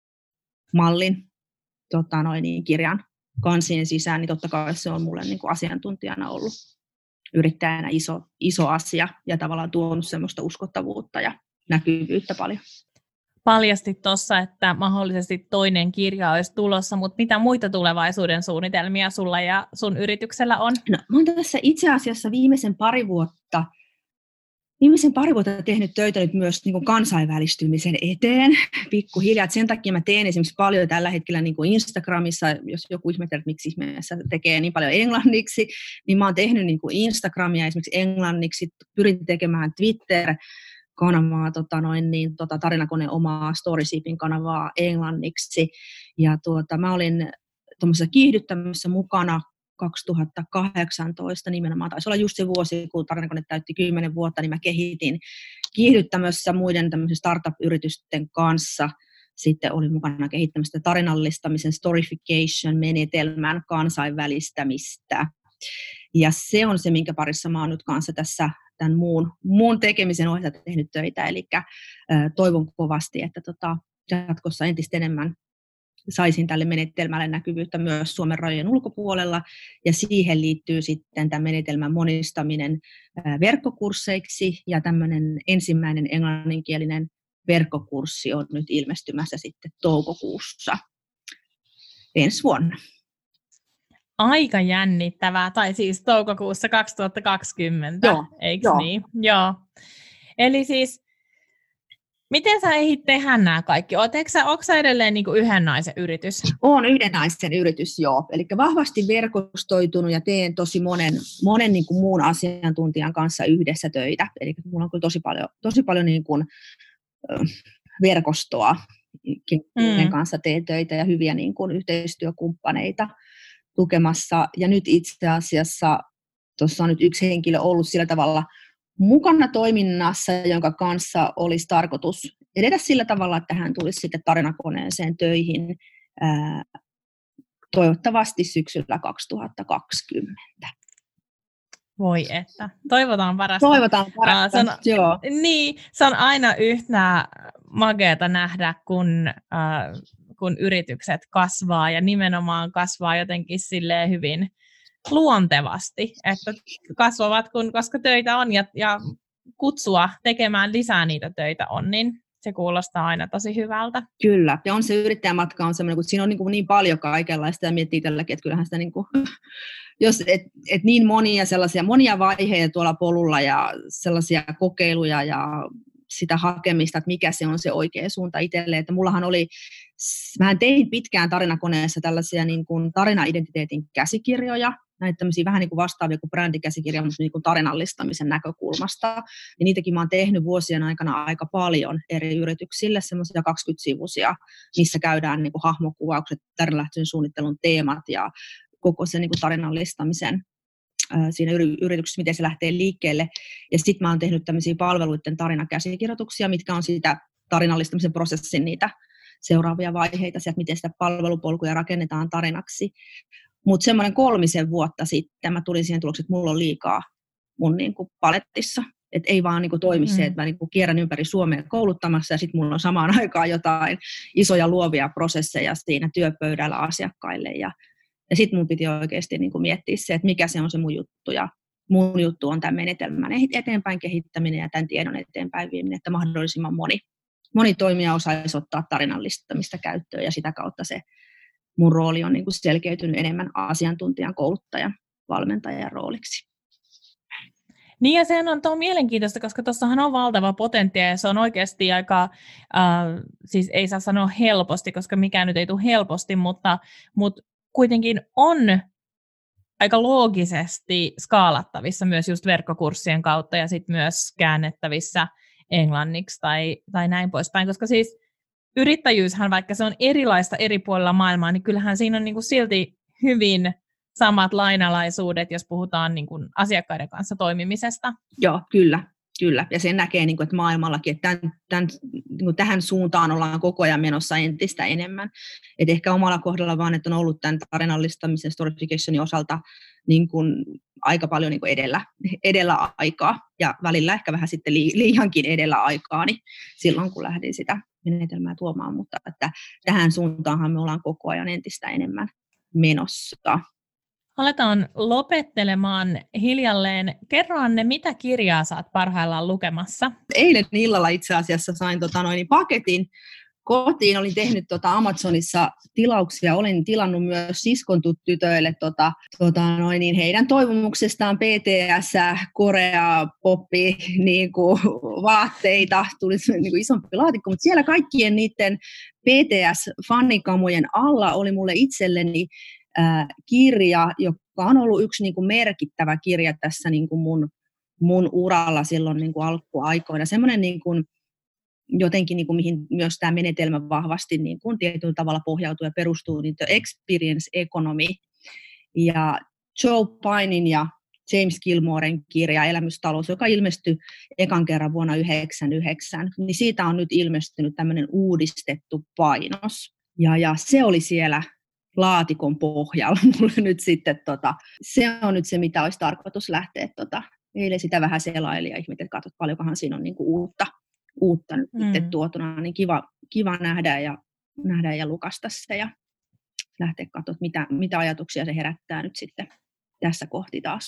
mallin tota noin, niin kirjan kansien sisään, niin totta kai se on mulle niin kuin asiantuntijana ollut yrittäjänä iso, iso asia ja tavallaan tuonut semmoista uskottavuutta ja näkyvyyttä paljon. Paljastit tuossa, että mahdollisesti toinen kirja olisi tulossa, mutta mitä muita tulevaisuuden suunnitelmia sulla ja sun yrityksellä on? No, mä oon tässä itse asiassa viimeisen pari vuotta, viimeisen pari vuotta tehnyt töitä nyt myös niin kuin kansainvälistymisen eteen pikkuhiljaa. Sen takia mä teen esimerkiksi paljon tällä hetkellä niin kuin Instagramissa, jos joku ihmettelee, että miksi ihmeessä tekee niin paljon englanniksi, niin mä oon tehnyt niin kuin Instagramia esimerkiksi englanniksi, pyrin tekemään Twitter kanavaa, tota noin, niin, tota, Tarinakoneen omaa Storyshipin kanavaa englanniksi. Ja tuota, mä olin tuommoisessa kiihdyttämässä mukana kaksituhattakahdeksantoista nimenomaan. Taisi olla just se vuosi, kun Tarinakone täytti kymmenen vuotta, niin mä kehitin kiihdyttämässä muiden startup-yritysten kanssa. Sitten olin mukana kehittämässä tarinallistamisen storyfication-menetelmän kansainvälistämistä. Ja se on se, minkä parissa mä oon nyt kanssa tässä tämän muun, muun tekemisen ohjelta tehnyt töitä, eli äh, toivon kovasti, että tota, jatkossa entistä enemmän saisin tälle menetelmälle näkyvyyttä myös Suomen rajojen ulkopuolella, ja siihen liittyy sitten tämän menetelmän monistaminen äh, verkkokursseiksi, ja tämmöinen ensimmäinen englanninkielinen verkkokurssi on nyt ilmestymässä sitten toukokuussa ensi vuonna. Aika jännittävää, tai siis toukokuussa kaksituhattakaksikymmentä, Joo, eikö joo. niin? Joo. Eli siis, miten sä ehdit tehdä nämä kaikki? Oletko sä, onko sä edelleen niin kuin yhden naisen yritys? Olen yhden naisen yritys, joo. Eli vahvasti verkostoitunut ja teen tosi monen, monen niin kuin muun asiantuntijan kanssa yhdessä töitä. Eli mulla on kyllä tosi paljon, tosi paljon niin kuin, verkostoa, kenen mm. kanssa teen töitä ja hyviä niin kuin yhteistyökumppaneita tukemassa. Ja nyt itse asiassa tuossa on nyt yksi henkilö ollut sillä tavalla mukana toiminnassa, jonka kanssa olisi tarkoitus edetä sillä tavalla, että hän tulisi sitten Tarinakoneeseen töihin ää, toivottavasti syksyllä kaksituhattakaksikymmentä. Voi että. Toivotaan parasta. Toivotaan parasta, uh, se on, joo. Niin, se on aina yhtä mageata nähdä, kun, uh, kun yritykset kasvaa ja nimenomaan kasvaa jotenkin silleen hyvin luontevasti, että kasvavat, kun, koska töitä on ja, ja kutsua tekemään lisää niitä töitä on, niin se kuulostaa aina tosi hyvältä. Kyllä, ja on se yrittäjämatka on semmoinen, kun siinä on niin, niin paljon kaikenlaista ja miettii tälläkin, että kyllähän sitä niin kuin, jos, et, et niin monia sellaisia, monia vaiheita tuolla polulla ja sellaisia kokeiluja ja sitä hakemista, että mikä se on se oikea suunta itselleen, että mullahan oli, mähän tein pitkään Tarinakoneessa tällaisia niin kuin tarinaidentiteetin käsikirjoja, näitä tämmöisiä vähän niin kuin vastaavia kuin brändikäsikirja, mutta niin kuin tarinallistamisen näkökulmasta. Ja niitäkin mä oon tehnyt vuosien aikana aika paljon eri yrityksille, semmoisia kaksikymmentä-sivuisia, missä käydään niin kuin hahmokuvaukset, tarinanlähtöisen suunnittelun teemat ja koko sen niin kuin tarinallistamisen ää, siinä yrityksessä, miten se lähtee liikkeelle. Ja sitten mä oon tehnyt tämmöisiä palveluiden tarinakäsikirjoituksia, mitkä on siitä tarinallistamisen prosessin niitä seuraavia vaiheita, sieltä, miten sitä palvelupolkuja rakennetaan tarinaksi. Mutta semmoinen kolmisen vuotta sitten mä tulin siihen tulokseen, että mulla on liikaa mun niinku palettissa. Että ei vaan niinku toimi mm. se, että mä niinku kierrän ympäri Suomea kouluttamassa ja sitten mulla on samaan aikaan jotain isoja luovia prosesseja siinä työpöydällä asiakkaille. Ja, ja sitten mun piti oikeasti niinku miettiä se, että mikä se on se mun juttu. Ja mun juttu on tämän menetelmän eteenpäin kehittäminen ja tämän tiedon eteenpäin vieminen, että mahdollisimman moni, moni toimija osaisi ottaa tarinallistamista käyttöön ja sitä kautta se mun rooli on niin kuin selkeytynyt enemmän asiantuntijan, kouluttajan, valmentajan rooliksi. Niin ja sehän on, on mielenkiintoista, koska tuossahan on valtava potentiaali ja se on oikeasti aika, äh, siis ei saa sanoa helposti, koska mikään nyt ei tule helposti, mutta, mutta kuitenkin on aika loogisesti skaalattavissa myös just verkkokurssien kautta ja sitten myös käännettävissä englanniksi tai, tai näin poispäin, koska siis yrittäjyyshän, vaikka se on erilaista eri puolilla maailmaa, niin kyllähän siinä on niin kuin silti hyvin samat lainalaisuudet, jos puhutaan niin kuin asiakkaiden kanssa toimimisesta. Joo, kyllä. Kyllä, ja sen näkee, että maailmallakin, että tämän, tämän, niin tähän suuntaan ollaan koko ajan menossa entistä enemmän. Et ehkä omalla kohdalla vaan, että on ollut tämän tarinallistamisen storificationin osalta niin kuin aika paljon niin kuin edellä, edellä aikaa, ja välillä ehkä vähän sitten liiankin edellä aikaa, niin silloin kun lähdin sitä menetelmää tuomaan, mutta että tähän suuntaanhan me ollaan koko ajan entistä enemmän menossa. Aletaan lopettelemaan hiljalleen. Kerro, Anne, mitä kirjaa sä oot parhaillaan lukemassa? Eilen illalla itse asiassa sain tota, noin, paketin kotiin. Olin tehnyt tota, Amazonissa tilauksia. Olin tilannut myös siskon tytöille tota, tota, noin, niin heidän toivomuksestaan B T S, Korea, poppi, niin kuin, vaatteita. Tuli niin kuin isompi laatikko, mutta siellä kaikkien niiden B T S-fannikamojen alla oli mulle itselleni Äh, kirja, joka on ollut yksi niin kuin merkittävä kirja tässä niin kuin mun, mun uralla silloin niin kuin alkuaikoina. Semmoinen niin kuin, jotenkin, niin kuin, mihin myös tämä menetelmä vahvasti niin kuin, tietyllä tavalla pohjautuu ja perustuu, niin The Experience Economy. Ja Joe Pinin ja James Gilmoren kirja Elämystalous, joka ilmestyi ekan kerran vuonna yhdeksänkymmentäyhdeksän, niin siitä on nyt ilmestynyt tämmöinen uudistettu painos. Ja, ja se oli siellä laatikon pohjalla mulle nyt sitten, tota, se on nyt se, mitä olisi tarkoitus lähteä, tota, eilen sitä vähän selaili ja ihmeteltiin, että katsot, paljonkohan siinä on niinku uutta, uutta nyt mm. sitten tuotuna, niin kiva, kiva nähdä ja, nähdä ja lukasta se ja lähteä katsomaan, mitä, mitä ajatuksia se herättää nyt sitten tässä kohti taas.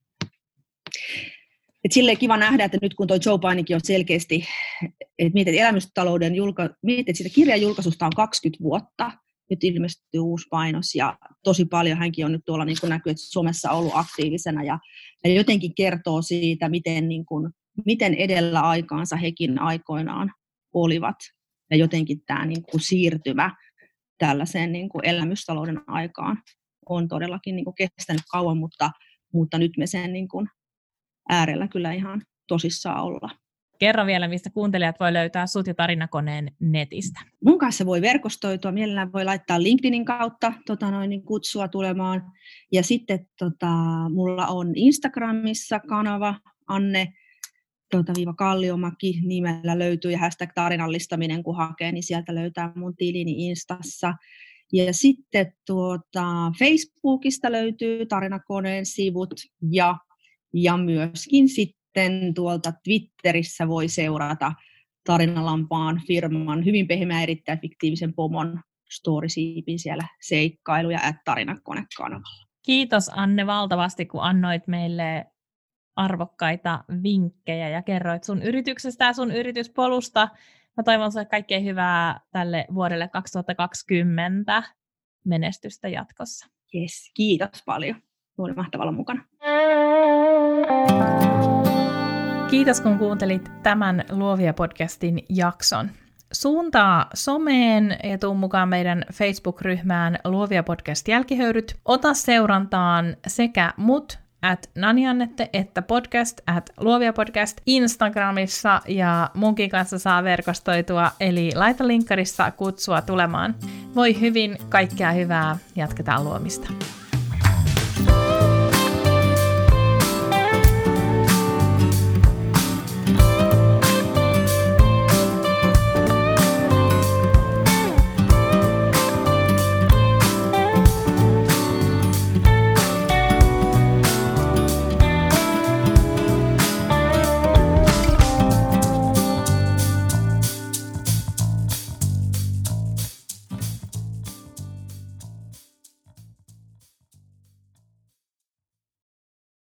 Et silleen kiva nähdä, että nyt kun tuo Joe Bidinkin on selkeästi, että mietit, elämystalouden julka, mietit, että siitä kirjan julkaisusta on kaksikymmentä vuotta, nyt ilmestyy uusi painos ja tosi paljon hänkin on nyt tuolla niin kuin näkyy, että Suomessa ollut aktiivisena ja, ja jotenkin kertoo siitä, miten, niin kuin, miten edellä aikaansa hekin aikoinaan olivat ja jotenkin tämä niin kuin siirtymä tällaiseen niin kuin elämystalouden aikaan on todellakin niin kuin kestänyt kauan, mutta, mutta nyt me sen niin kuin äärellä kyllä ihan tosissaan olla. Kerro vielä, mistä kuuntelijat voi löytää sut ja Tarinakoneen netistä. Mun kanssa voi verkostoitua, mielellään voi laittaa LinkedInin kautta tota noin, niin kutsua tulemaan. Ja sitten tota, mulla on Instagramissa kanava Anne tota, viiva Kalliomäki nimellä löytyy ja hashtag tarinallistaminen kun hakee, niin sieltä löytää mun tilini Instassa. Ja sitten tuota, Facebookista löytyy Tarinakoneen sivut ja, ja myöskin sitten Sitten tuolta Twitterissä voi seurata Tarinalampaan firman hyvin pehmeä erittäin fiktiivisen pomon storisiipin siellä seikkailuja at Tarinakone-kanavalla. Kiitos Anne valtavasti, kun annoit meille arvokkaita vinkkejä ja kerroit sun yrityksestä ja sun yrityspolusta. Mä toivon sinulle kaikkea hyvää tälle vuodelle kaksituhattakaksikymmentä menestystä jatkossa. Yes, kiitos paljon. Oli mahtavaa olla mukana. Kiitos, kun kuuntelit tämän Luovia-podcastin jakson. Suuntaa someen ja tuu mukaan meidän Facebook-ryhmään Luovia podcast jälkihöyryt. Ota seurantaan sekä mut at Naniannette että podcast at Luovia podcast Instagramissa ja munkin kanssa saa verkostoitua, eli laita linkkarissa kutsua tulemaan. Voi hyvin, kaikkea hyvää, jatketaan luomista.